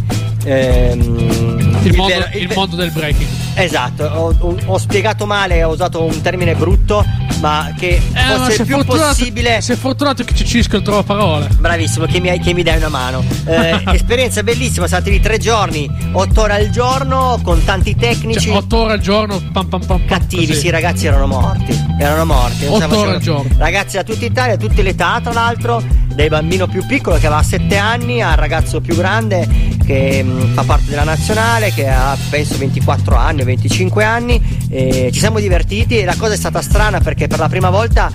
il mondo del breaking. Esatto, ho spiegato male, ho usato un termine brutto, ma che fosse il più possibile. Sei fortunato che Cicisco trova parole. Bravissimo, che mi dai una mano. Esperienza bellissima, siamo stati lì 3 giorni, 8 ore al giorno, con tanti tecnici. 8 ore al giorno, pam, cattivi, così. Sì, ragazzi erano morti. 8 ore al giorno. Ragazzi da tutta Italia, tutte le età, tra l'altro, dai bambino più piccolo che aveva 7 anni al ragazzo più grande che fa parte della nazionale, che ha penso 24 anni o 25 anni. Ci siamo divertiti e la cosa è stata strana perché per la prima volta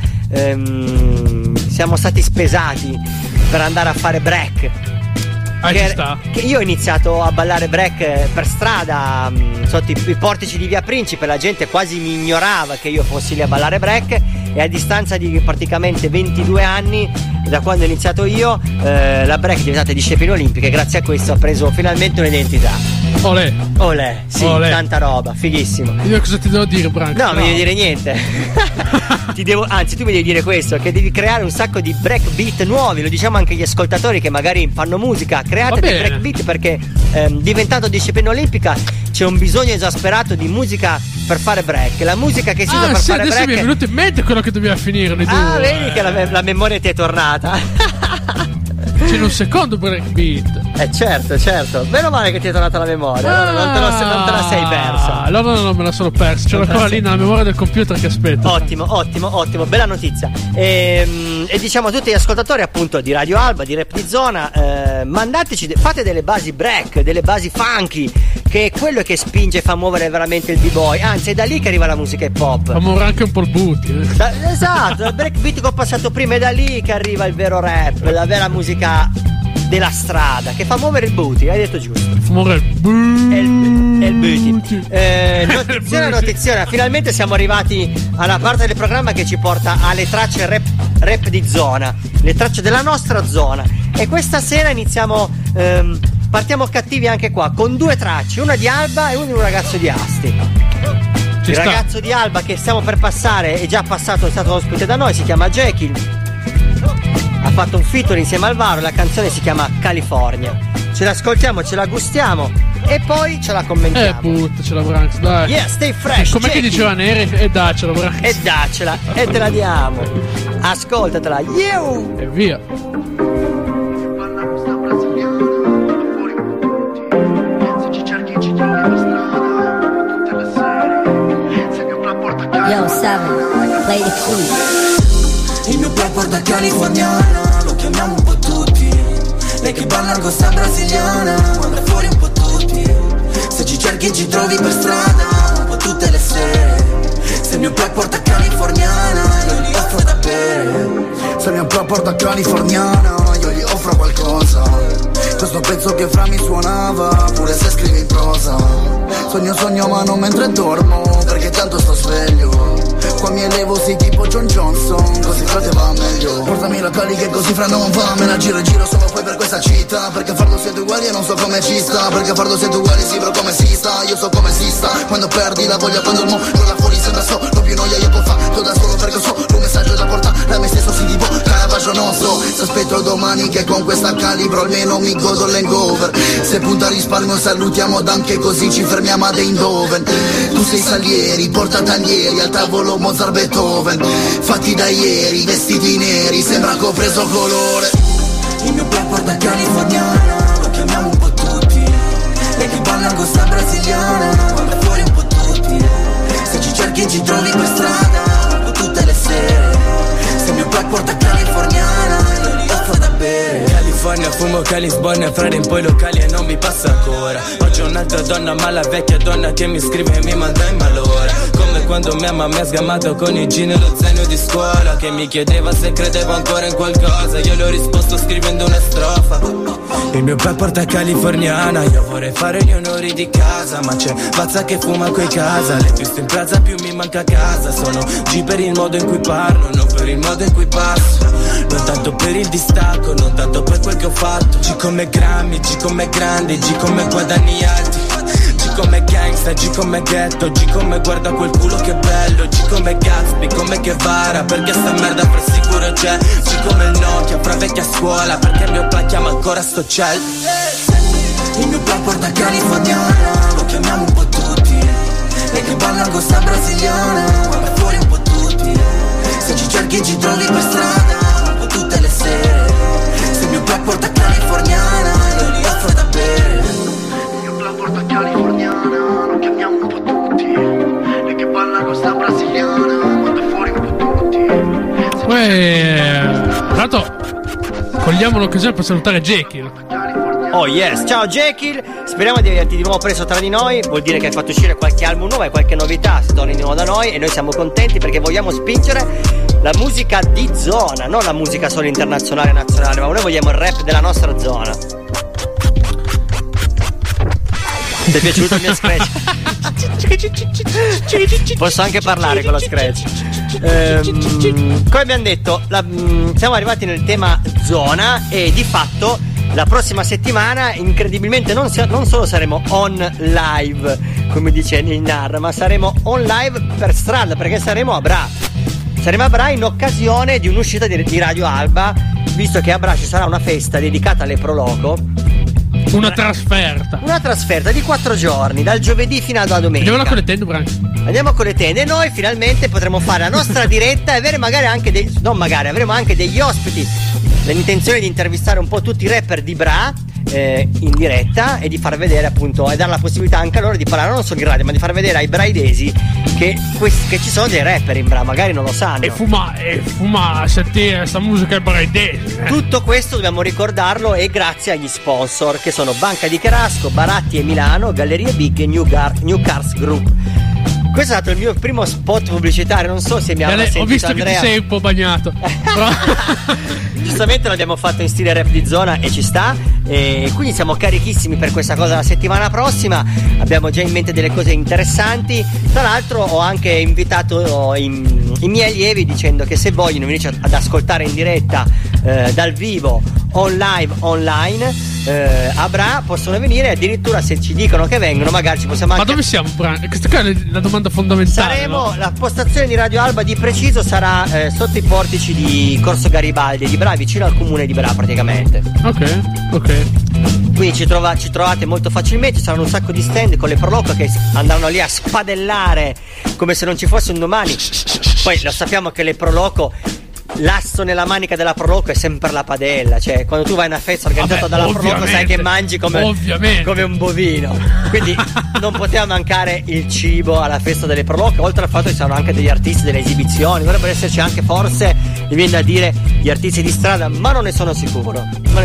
siamo stati spesati per andare a fare break. Che io ho iniziato a ballare break per strada sotto i portici di Via Principe, la gente quasi mi ignorava che io fossi lì a ballare break, e a distanza di praticamente 22 anni da quando ho iniziato io, la break è diventata disciplina olimpica e grazie a questo ha preso finalmente un'identità. Olè, sì, olè. Tanta roba, fighissimo. Io cosa ti devo dire, Branco? No, non mi devi dire niente. Anzi, tu mi devi dire questo, che devi creare un sacco di breakbeat nuovi. Lo diciamo anche agli ascoltatori che magari fanno musica, create dei breakbeat, perché diventando disciplina olimpica c'è un bisogno esasperato di musica per fare break. La musica che si usa per fare adesso break. Mi è venuto in mente quello che dobbiamo finire noi due. Vedi che la memoria ti è tornata. C'è un secondo breakbeat. Certo. Meno male che ti è tornata la memoria. Non te la sei persa. No, me la sono persa. C'è ancora lì nella memoria del computer che aspetta. Ottimo, bella notizia. E diciamo a tutti gli ascoltatori appunto di Radio Alba, di Rap di Zona, mandateci, fate delle basi break, delle basi funky, che è quello che spinge e fa muovere veramente il b-boy. Anzi, è da lì che arriva la musica hip hop. Fa muovere anche un po' il booty. Esatto, dal breakbeat che ho passato prima è da lì che arriva il vero rap, la vera musica della strada, che fa muovere il booty, hai detto giusto. Fa muovere il booty. Notizione, finalmente siamo arrivati alla parte del programma che ci porta alle tracce rap di zona, le tracce della nostra zona. E questa sera partiamo cattivi anche qua, con 2 tracce, una di Alba e una di un ragazzo di Asti. Il ragazzo di Alba che stiamo per passare, è già passato, è stato ospite da noi, si chiama Jekyll. Ha fatto un featuring insieme al Varo, la canzone si chiama California. Ce l'ascoltiamo, ce la gustiamo e poi ce la commentiamo. Buttacela, Branks, dai. Yeah, stay fresh. Com'è che diceva Neri? E daccela, Branks. E daccela, e te la diamo. Ascoltatela, E via. Yo, Seven, play the key. Il mio plan porta californiana, lo chiamiamo un po' tutti. Lei che balla al costa brasiliana, guarda fuori un po' tutti. Se ci cerchi ci trovi per strada, un po' tutte le sere. Se il mio plan porta californiana, io gli offro da bere. Se il mio plan porta californiana, io gli offro qualcosa. Questo pezzo che fra mi suonava, pure se scrivi in prosa. Sogno ma non mentre dormo, perché tanto sto sveglio. Qua mi elevo sei tipo John Johnson, così fra te va meglio. Portami la cali che così fra non va, me la giro solo poi per questa città. Perché farlo siete uguali e non so come ci sta. Perché farlo siete uguali sì bro come si sta. Io so come si sta, quando perdi la voglia, quando il mondo là fuori sembra solo più noia. Io può fa, tutto da solo perché so libro, almeno mi godo l'hangover. Se punta a risparmio salutiamo Dan, che così ci fermiamo ad Eindhoven. Tu sei Salieri, porta taglieri, al tavolo Mozart, Beethoven. Fatti da ieri, vestiti neri, sembra che ho preso colore. Il mio black porta californiana, lo chiamiamo un po' tutti. Lei che balla con sta brasiliana, guarda fuori un po' tutti. Se ci cerchi ci trovi per strada, un po' tutte le sere. Se il mio black porta californiana, io li offro da bere. California, fumo Calisbornia, frare in poi locali e non mi passa ancora. Oggi ho un'altra donna, ma la vecchia donna che mi scrive e mi manda in malora. Come quando mia mamma mi ha sgamato con i jeans e lo zaino di scuola, che mi chiedeva se credevo ancora in qualcosa. Io le ho risposto scrivendo una strofa. Il mio black porta californiana, io vorrei fare gli onori di casa, ma c'è pazza che fuma coi casa. Le piste in piazza più mi manca casa. Sono G per il modo in cui parlo, non per il modo in cui passo. Non tanto per il distacco, non tanto per quel che ho fatto. G come Grammy, G come grandi, G come guadagni alti, G come gangsta, G come ghetto, G come guarda quel culo che bello, G come Gatsby, come Guevara, perché sta merda per sicuro c'è. G come il Nokia, fra vecchia scuola, perché il mio plan chiama ancora sto ciel. Il mio plan porta californiana, lo chiamiamo un po' tutti. Lei che balla con sta brasiliana, guarda fuori un po' tutti. Se ci cerchi ci trovi per strada, un po' tutte le sere. Se il mio black porta californiana, io li offro da bere. Il mio black porta californiana, lo chiamiamo un po' tutti. Lei che balla con sta brasiliana, guarda fuori un po' tutti. Tra l'altro cogliamo l'occasione per salutare Jekyll. Oh yes, ciao Jekyll, speriamo di averti di nuovo preso tra di noi. Vuol dire che hai fatto uscire qualche album nuovo e qualche novità, se torni di nuovo da noi. E noi siamo contenti perché vogliamo spingere la musica di zona, non la musica solo internazionale e nazionale, ma noi vogliamo il rap della nostra zona. Ti è piaciuto il mio scratch? Posso anche parlare con lo scratch. Come abbiamo detto, siamo arrivati nel tema zona e di fatto la prossima settimana incredibilmente non solo saremo on live, come dice Ninar, ma saremo on live per strada, perché saremo a Bra. Saremo a Bra in occasione di un'uscita di Radio Alba, visto che a Bra ci sarà una festa dedicata alle Pro Loco. Una trasferta di 4 giorni, dal giovedì fino alla domenica. Andiamo con le tende, Bra. Andiamo con le tende e noi finalmente potremo fare la nostra diretta e avere magari anche avremo anche degli ospiti. L'intenzione di intervistare un po' tutti i rapper di Bra in diretta e di far vedere appunto e dare la possibilità anche a loro di parlare non solo in radio, ma di far vedere ai braidesi che ci sono dei rapper in Bra, magari non lo sanno. E fuma sentire questa musica braidese. Tutto questo dobbiamo ricordarlo e grazie agli sponsor che sono Banca di Cherasco, Baratti e Milano, Gallerie Big e New Cars Group. Questo è stato il mio primo spot pubblicitario, non so se mi avrà sentito. Ho visto Andrea. Che ti sei un po' bagnato. Giustamente l'abbiamo fatto in stile rap di zona e ci sta. E quindi siamo carichissimi per questa cosa la settimana prossima. Abbiamo già in mente delle cose interessanti. Tra l'altro ho anche invitato i miei allievi dicendo che se vogliono venirci ad ascoltare in diretta dal vivo, online a Bra, possono venire. Addirittura se ci dicono che vengono magari ci possiamo anche... Ma dove siamo, Bra? Questa qua è la domanda fondamentale. Saremo, no? La postazione di Radio Alba di preciso sarà sotto i portici di Corso Garibaldi di Bra, vicino al comune di Bra praticamente. Ok. Quindi ci trovate molto facilmente. Ci saranno un sacco di stand con le Pro Loco che andranno lì a spadellare come se non ci fosse un domani. Poi lo sappiamo che le Pro Loco, l'asso nella manica della Pro Loco è sempre la padella. Cioè quando tu vai a una festa organizzata dalla Pro Loco sai che mangi come un bovino. Quindi non poteva mancare il cibo alla festa delle Pro Loco. Oltre al fatto che ci saranno anche degli artisti, delle esibizioni. Dovrebbero esserci anche forse, mi viene da dire, gli artisti di strada, ma non ne sono sicuro. Non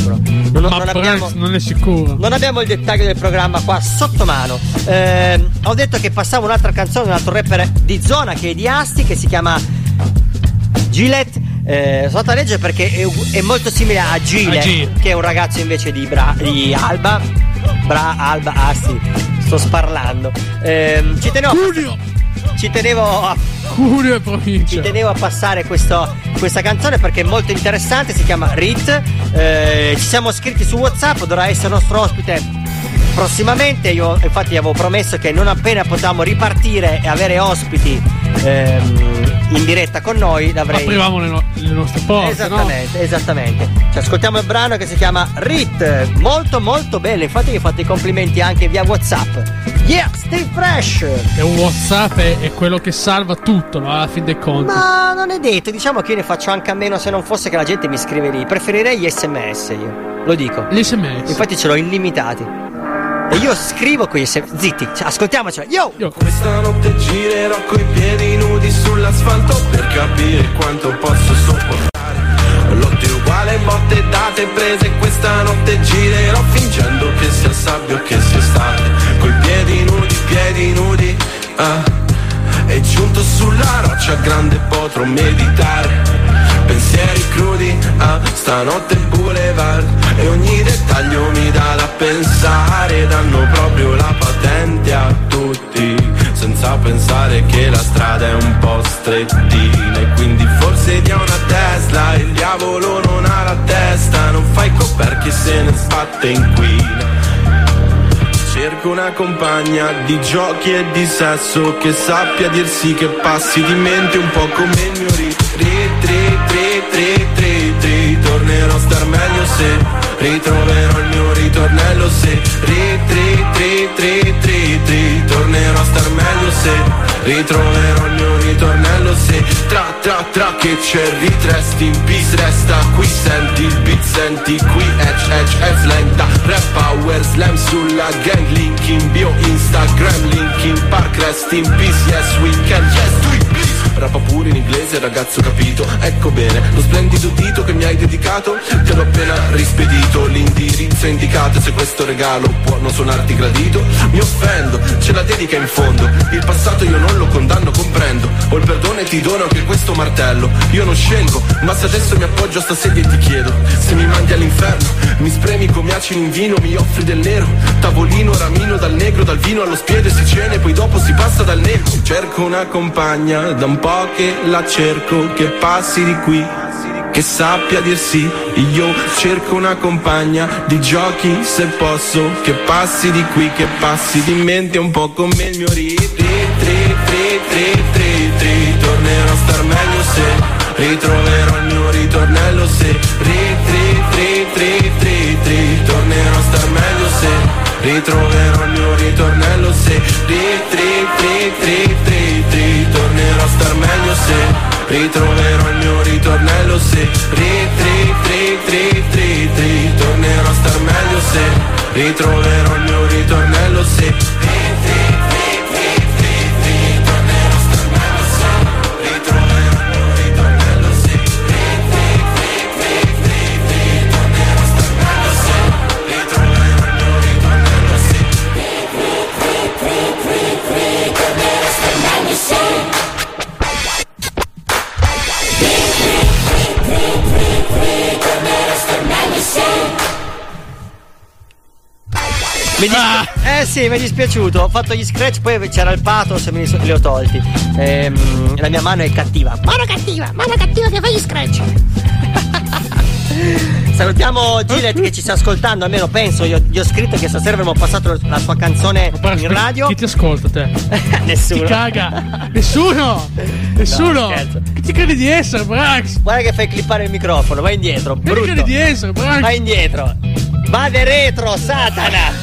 è sicuro. Non abbiamo il dettaglio del programma qua sotto mano. Ho detto che passavo un'altra canzone di un altro rapper di zona che è di Asti, che si chiama Gillette. Sono andato a leggere perché è molto simile a Gile, che è un ragazzo invece di Alba. Bra, Alba, Asti. Sto sparlando. Ci tenevo a passare questa canzone perché è molto interessante. Si chiama Rit. Ci siamo scritti su WhatsApp, dovrà essere nostro ospite prossimamente. Io infatti avevo promesso che non appena potevamo ripartire e avere ospiti in diretta con noi l'avrei. Aprivamo le nostre porte. Esattamente. Ci ascoltiamo il brano che si chiama Rit, molto molto bello, infatti vi ho fatto i complimenti anche via WhatsApp. Yeah, stay fresh. E un WhatsApp è quello che salva tutto, no? Alla fin dei conti. Ma non è detto, diciamo che io ne faccio anche a meno se non fosse che la gente mi scrive lì. Preferirei gli SMS io, lo dico. Gli SMS. Infatti ce l'ho illimitati. E io scrivo con gli SMS. Zitti, ascoltiamocela. Yo! Questa notte girerò coi piedi nudi sull'asfalto per capire quanto posso sopportare. Lotte uguale, botte date prese. Questa notte girerò fingendo che sia sabbia o che sia estate. Coi piedi nudi, e giunto sulla roccia grande potrò meditare. Pensieri crudi, stanotte in boulevard. E ogni dettaglio mi dà da pensare. Danno proprio la patente a tutti, senza pensare che la strada è un po' strettina. E quindi forse dia una Tesla. Il diavolo non ha la testa. Non fai coperchi se ne sbatte inquina. Cerco una compagna di giochi e di sesso che sappia dir sì, che passi di mente un po' come il mio rit. Tornerò a star meglio se ritroverò il mio ritornello. Se tornerò a star meglio se ritroverò il mio ritornello. Se tra che c'è il ritresti in peace, resta qui, senti il beat, senti qui, è lenta, rap power slam sulla gang, link in bio Instagram, link in park, rest in peace, yes we can, yes we please. Rappa pure in inglese, ragazzo capito, ecco bene, lo splendido dito che mi hai dedicato, te l'ho appena rispedito, l'indirizzo è indicato, se questo regalo può non suonarti gradito, mi offendo, c'è la dedica in fondo, il passato io non lo condanno, comprendo, ho il perdono e ti dono anche questo martello, io non scelgo, ma se adesso mi appoggio a sta sedia e ti chiedo, se mi mandi all'inferno, mi spremi come acini in vino, mi offri del nero, tavolino, ramino, dal negro, dal vino allo spiedo si cena e poi dopo si passa dal nero, cerco una compagna, da un po' che la cerco, che passi di qui, che sappia dir sì, io cerco una compagna di giochi se posso, che passi di qui, che passi di mente un po' come il mio tornerò a star meglio se ritroverò il mio ritornello. Se tornerò a star meglio se ritroverò il mio ritornello. Se tornerò a star meglio se ritroverò il mio ritornello. Se tornerò a star meglio se ritroverò il mio ritornello. Se sì, mi è dispiaciuto. Ho fatto gli scratch, poi c'era il pathos e me li ho tolti. La mia mano è cattiva. Mano cattiva che fa gli scratch. Salutiamo Gillette che ci sta ascoltando, almeno penso, gli ho scritto che stasera avremmo passato la sua canzone in radio. Chi ti ascolta te? Nessuno. Ti caga. Nessuno. No, chi ti credi di essere, Brax? Guarda che fai clippare il microfono, vai indietro, brutto. Chi ti credi di essere, Brax? Vai indietro. Vade retro, Satana.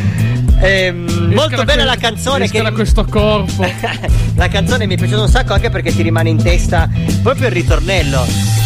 Molto bella la canzone che da questo corpo. La canzone mi è piaciuta un sacco anche perché ti rimane in testa proprio il ritornello.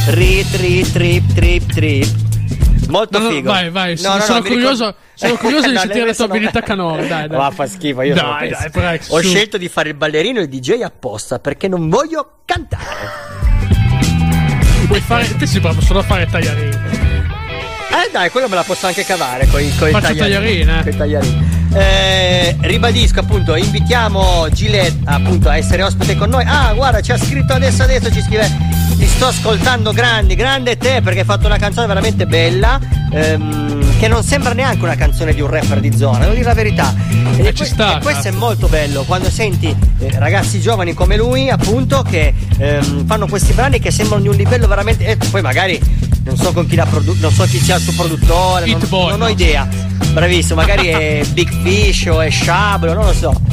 Trip. Molto figo. Vai, sono curioso di sentire la tua abilità canora. Dai. Ma fa schifo, io dai, Prex, ho scelto di fare il ballerino e il DJ apposta perché non voglio cantare. Vuoi fare? Te si prova solo a fare tagliarini. Dai, quello me la posso anche cavare coi tagliarini. Ribadisco appunto, invitiamo Gillette appunto a essere ospite con noi. Guarda, ci ha scritto adesso ci scrive: ti sto ascoltando, grande te, perché hai fatto una canzone veramente bella, che non sembra neanche una canzone di un rapper di zona, devo dire la verità. E questo è molto bello quando senti ragazzi giovani come lui appunto che fanno questi brani che sembrano di un livello veramente, poi magari non so con chi non so chi sia il suo produttore, non ho idea. Bravissimo, magari è Big Fish o è Shablo, non lo so.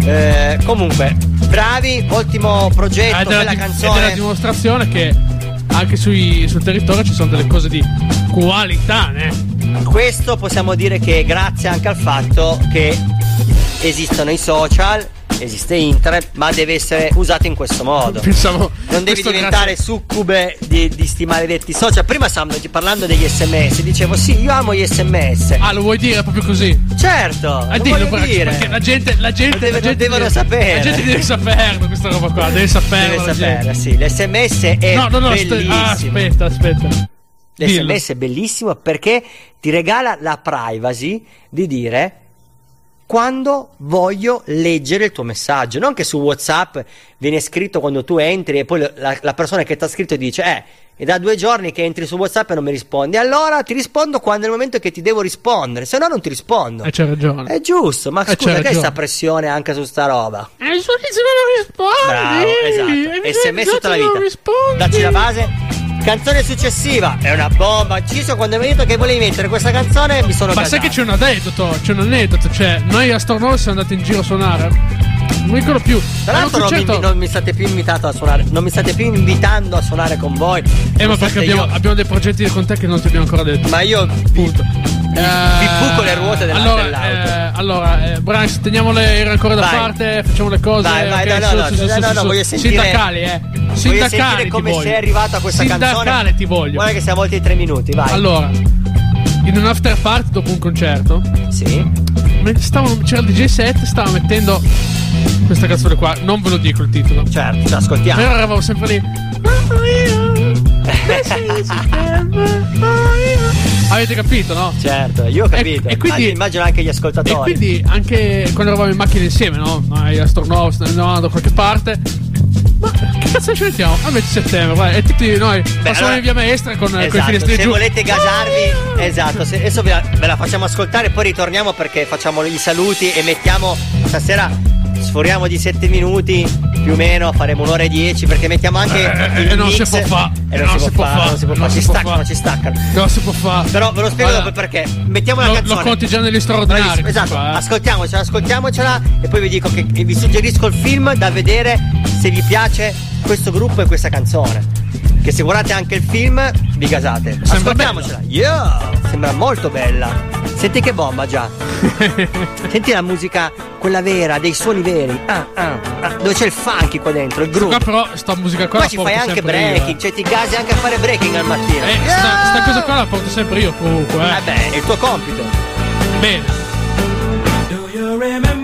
Comunque, bravi, ottimo progetto, bella canzone. Ed è la dimostrazione che anche sul territorio ci sono delle cose di qualità, Questo possiamo dire che è grazie anche al fatto che esistono i social, esiste internet, ma deve essere usato in questo modo. Non devi diventare succube di sti maledetti social. Prima stavamo parlando degli SMS, dicevo sì, io amo gli SMS. Ah, lo vuoi dire proprio così? Certo, lo dillo, voglio dire. Perché la gente devono sapere. La gente deve saperlo, questa roba qua, deve saperlo. Sì, l'SMS è bellissimo. Aspetta. L'SMS è bellissimo perché ti regala la privacy di dire quando voglio leggere il tuo messaggio, non che su WhatsApp viene scritto quando tu entri e poi la persona che ti ha scritto dice è da 2 giorni che entri su WhatsApp e non mi rispondi, allora ti rispondo quando è il momento che ti devo rispondere, se no non ti rispondo. C'è ragione. È giusto, ma scusa, che è sta pressione anche su sta roba? Bravo, esatto. SMS tutta la vita. Dacci la base. Canzone successiva è una bomba. Ciso, quando mi hai detto che volevi mettere questa canzone mi sono Ma sai che c'è un aneddoto, cioè noi a Stornova siamo andati in giro a suonare, non mi ricordo più. Tra l'altro non mi state più invitato a suonare, non mi state più invitando a suonare con voi. Ma perché abbiamo dei progetti con te che non ti abbiamo ancora detto. Ma io vi buco le ruote dell'auto. Allora, Branch, teniamole ancora da parte, facciamo le cose. No, voglio sentire sindacali come ti voglio. sei arrivato a questa canzone. Ti voglio. Guarda che siamo a volte di 3 minuti, vai. Allora, in un after party dopo un concerto, sì, c'era il DJ set, stava mettendo questa canzone qua, non ve lo dico il titolo. Certo, ce l'ascoltiamo. Però eravamo sempre lì. Avete capito, no? Certo, io ho capito. E quindi immagino anche gli ascoltatori. E quindi anche quando eravamo in macchina insieme, no? Noi a Stornova andavamo da qualche parte. Ma che cazzo ci mettiamo? Al 20 settembre, vai. E tutti noi passiamo in via Maestra con i finestrini giù. Se volete gasarvi, esatto. Adesso ve la facciamo ascoltare e poi ritorniamo perché facciamo i saluti e mettiamo stasera. Sforiamo di 7 minuti più o meno, faremo un'ora e 10 perché mettiamo anche il non mix. Si può fare. Non si può fare. Ci staccano. Non si può fare. Però ve lo spiego dopo perché. Mettiamo la canzone. Lo conti già negli straordinari. Esatto. Ascoltiamocela e poi vi dico che vi suggerisco il film da vedere se vi piace questo gruppo e questa canzone. Che se guardate anche il film vi gasate. Ascoltiamocela. Sembra molto bella. Senti che bomba già. Senti la musica, quella vera, dei suoni veri. Dove c'è il funky qua dentro, il groove. Però sta musica qua poi ci fai anche breaking, cioè ti gasi anche a fare breaking al mattino. Sta cosa qua la porto sempre io comunque. Vabbè, è il tuo compito. Bene. Do you remember?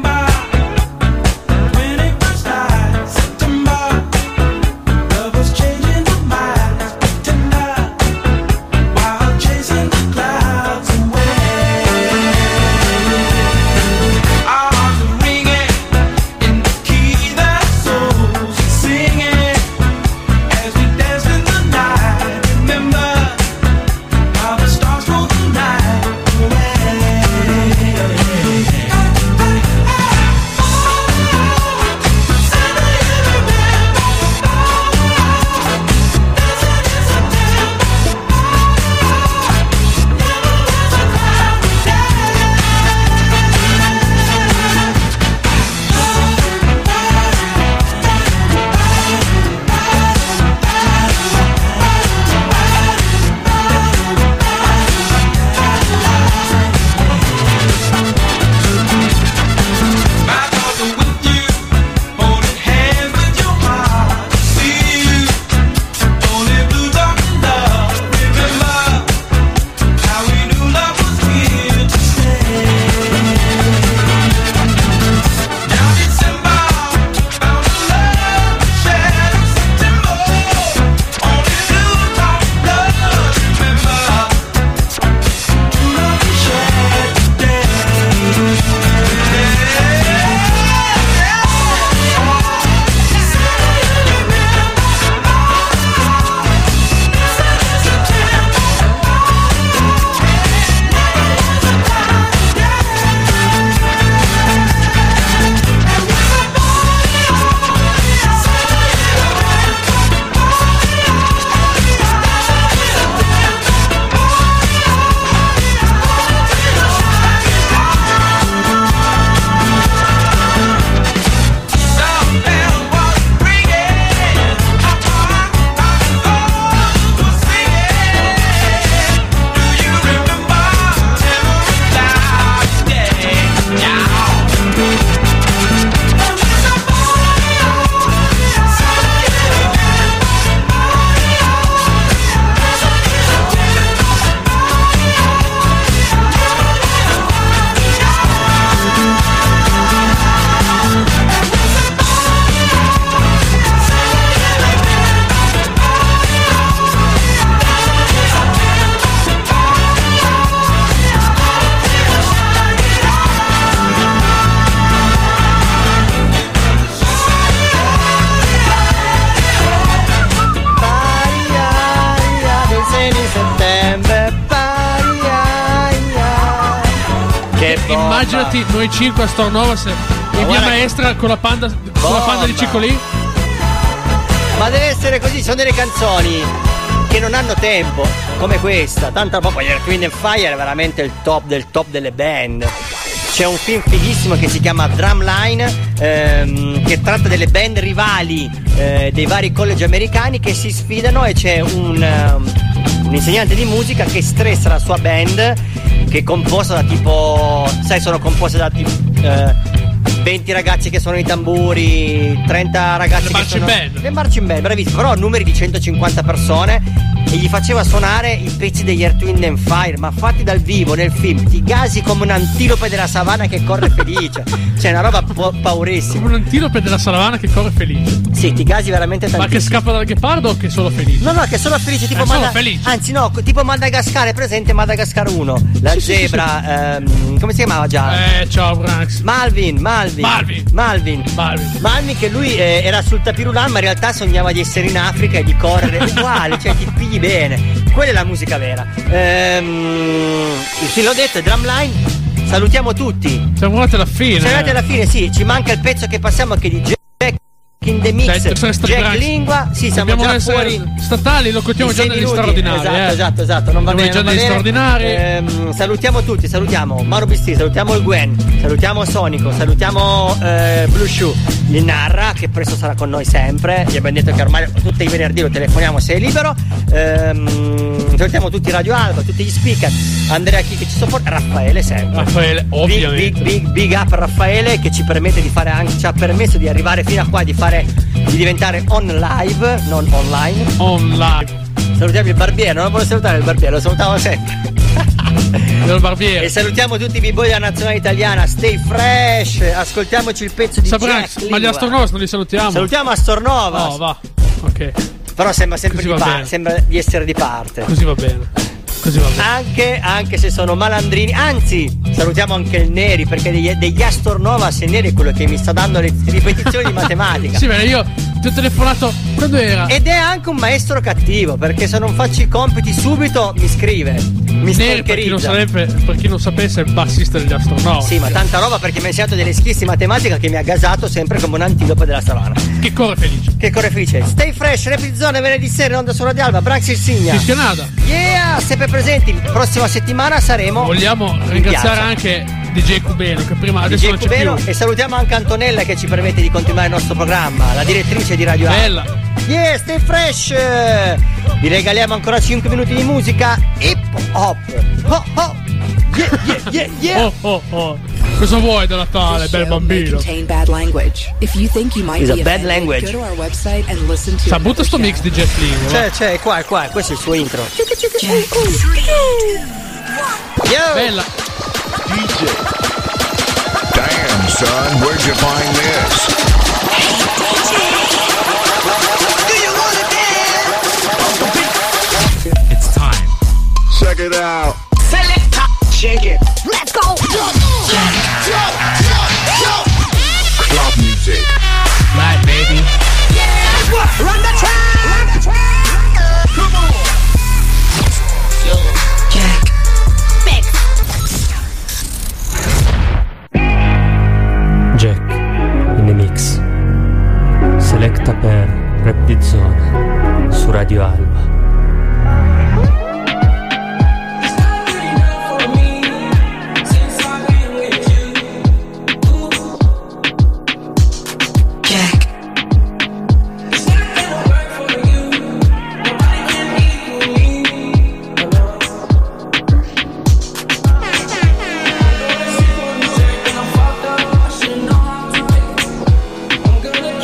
immaginati noi 5 a Stornova e via maestra con la panda di Ciccolì. Ma deve essere così, sono delle canzoni che non hanno tempo, come questa. Tanto proprio gli Earth, Wind & Fire è veramente il top del top delle band. C'è un film fighissimo che si chiama Drumline, che tratta delle band rivali dei vari college americani che si sfidano, e c'è un insegnante di musica che stressa la sua band, che è composta da tipo, sono composte da tipo 20 ragazzi che suonano i tamburi, 30 ragazzi che suonano le marching band, bravissimo, però numeri di 150 persone, e gli faceva suonare i pezzi degli Earth, Wind & Fire, ma fatti dal vivo nel film. Ti gasi come un antilope della savana che corre felice. Cioè una roba paurissima. Come un antilope della savana che corre felice. Sì, ti gasi veramente tantissimo. Ma che scappa dal ghepardo o che è solo felice? No, che è solo felice, tipo felice. Anzi no, tipo Madagascar, è presente Madagascar 1, la zebra, come si chiamava già? Ciao Branx. Malvin, che lui era sul tapirulan, ma in realtà sognava di essere in Africa e di correre uguale, cioè ti pigli bene. Quella è la musica vera. Sì, l'ho detto, Drumline. Salutiamo tutti. Siamo arrivati alla fine. Siamo arrivati alla fine, sì. Ci manca il pezzo che passiamo, che di Jack in the Mix, Jack Lingua. Sì, siamo già fuori statali, lo contiamo già negli straordinari. Esatto, non va bene, già negli straordinari. Salutiamo tutti, salutiamo Mauro Bisti, salutiamo il Gwen, salutiamo Sonico, salutiamo Blue Shoe, il Narra, che presto sarà con noi sempre. Gli abbiamo detto che ormai tutti i venerdì lo telefoniamo se è libero. Salutiamo tutti Radio Alba, tutti gli speaker, Andrea Chi che ci sopporta, Raffaele sempre. Raffaele, ovviamente. Big up Raffaele, che ci permette di fare anche, ci ha permesso di arrivare fino a qua, di diventare on live, non online. On live. Salutiamo il barbiere, non lo voglio salutare il barbiere, lo salutavo sempre. Del barbiere. E salutiamo tutti i b-boy della nazionale italiana. Stay fresh, ascoltiamoci il pezzo di Jack. Ma gli Astornova non li salutiamo. Salutiamo Astornova. No, va. Ok. Però sembra sempre sembra di essere di parte. Così va bene. Anche se sono malandrini. Anzi, salutiamo anche il Neri, perché degli Astornova, se Neri è quello che mi sta dando le ripetizioni di matematica. Sì, bene, io ti ho telefonato quando era. Ed è anche un maestro cattivo, perché se non faccio i compiti subito mi scrive, mi stalkerizza. Per chi non sapesse, è il bassista degli Astornova. Sì, ma tanta roba, perché mi ha insegnato delle schizzi di matematica che mi ha gasato sempre come un antilope della savana. Che corre felice. Stay fresh, Rapid Zone, venerdì sera in onda su Radio Alba, Branx il Signa. Fischianata. Yeah, sempre presenti. Prossima settimana saremo. Vogliamo ringraziare anche DJ Cubeno, che prima adesso non c'è più. E salutiamo anche Antonella, che ci permette di continuare il nostro programma, la direttrice di Radio Alba. Bella. Yeah, stay fresh. Vi regaliamo ancora 5 minuti di musica hip hop. Oh oh. Yeah. Oh. Cosa vuoi da Natale, bel bambino? Is a bad language. Butta sto mix di Jeff Lingua. C'è, qua, questo è il suo intro. Yo. Bella. DJ. Damn, son, where'd you find this? It's time. Check it out. Selecta, shake it. Let's go. Club music. Right, baby. Run the track. Come on. Yo, Jack. Mix. Jack in the mix. Selecta per Rap di Zona su Radio Alba.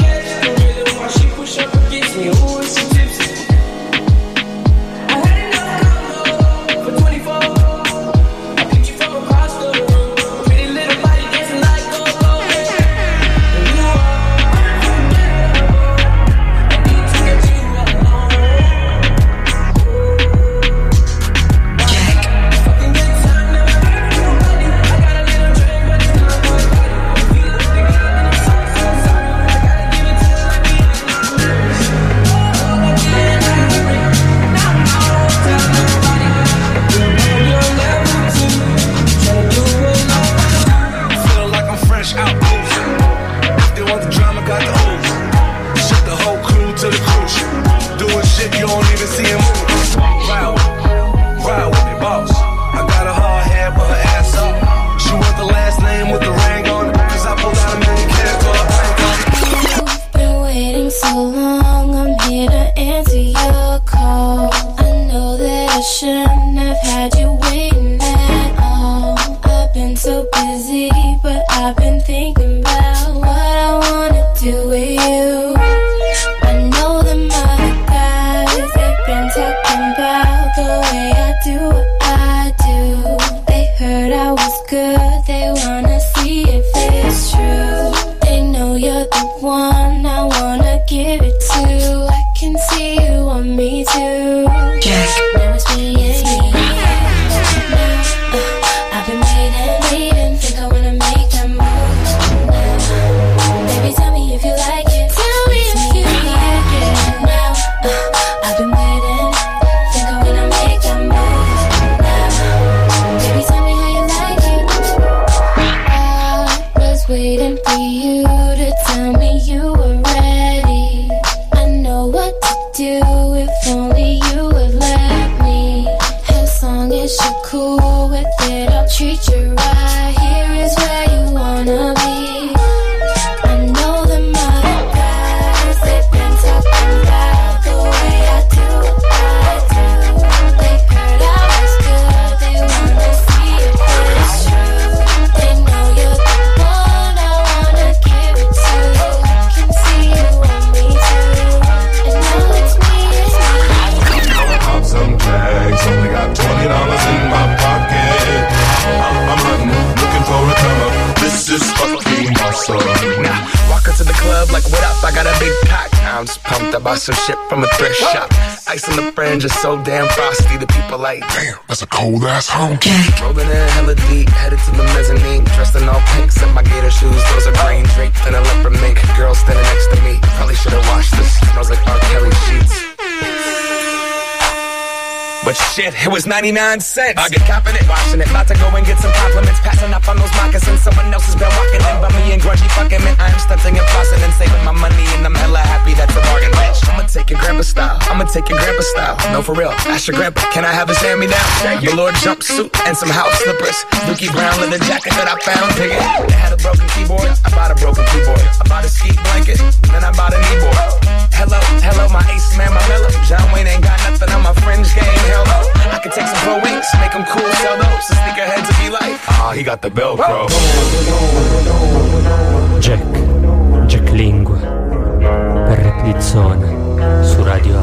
She always so tipsy. I had enough dip, you don't even see him move. Ride with me, boss. I got a hard head, but her ass up. She want the last name with the ring on it, cause I pulled out a million cash for her bank on it. You've been waiting so long, I'm here to answer your call. I know that I shouldn't have had you waiting at all. I've been so busy, but I've been thinking about what I wanna do with you. I know them other guys, they've been talking about the way I do what I do. They heard I was good, they wanna see if it's true. They know you're the one I wanna give it to. I can see you want me too. Jack. Now it's me and me. I've been waiting, think I wanna make that move now. Baby, tell me if you like it. Tell me if you like it now. I've been waiting, think I wanna make that move now. Baby, tell me how you like it. I was waiting for you to tell me you were ready. I know what to do if only you would let me. As long as you're cool with it, I'll treat you right. Here is where you wanna be. I know them other guys, they've been talking about the way I do what I do. They heard I was good, they wanna see if it's true. They know you're the one I wanna give it to. I can see you want me too. And now it's me and me. Pop some tags, only got $20 in my pocket. I'm hunting, looking for a come up. This is fucking awesome. Now, walk into the club like, what up? I got a big pack. I'm just pumped. I bought some shit from a thrift shop. Ice on the fringe is so damn frosty. The people like, damn, that's a cold ass honky. Rolling in hella deep, headed to the mezzanine. Dressed in all pink, set my gator shoes. Those are green, draped in a leopard mink. Girl standing next to me. Probably should've washed this. Smells like R. Kelly sheets. But shit, it was 99 cents. I get copping it, washing it. About to go and get some compliments. Passing up on those moccasins. Someone else has been walking in by me and grungy fucking man. I'm stunting and flossing and saving my money. And I'm hella happy that's a bargain, bitch. I'ma take your grandpa style. I'ma take your grandpa style. No, for real. Ask your grandpa, can I have his hand-me-down? Velour jumpsuit and some house slippers. Dookie brown leather jacket that I found. Dig it. They had a broken keyboard. I bought a broken keyboard. I bought a ski blanket. Then I bought a kneeboard. Hello, my ace man, my mellow. John Wayne ain't got nothing on my fringe game. Hell no. I can take some pro wings, make them cool, sell those. So sneakerheads will be like, he got the Velcro. Jack Lingue per Rap di Zona su Radio A.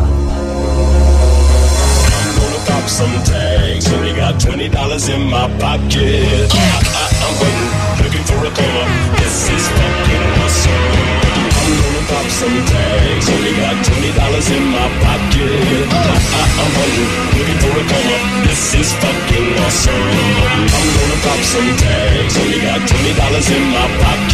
Pop some tags, only got $20 in my pocket. I'm waiting, looking for a come up. This is fucking awesome. I'm gonna pop some tags, only got $20 in my pocket. I'm waiting, looking for a come up. This is fucking awesome. I'm gonna pop some tags, only got $20 in my pocket.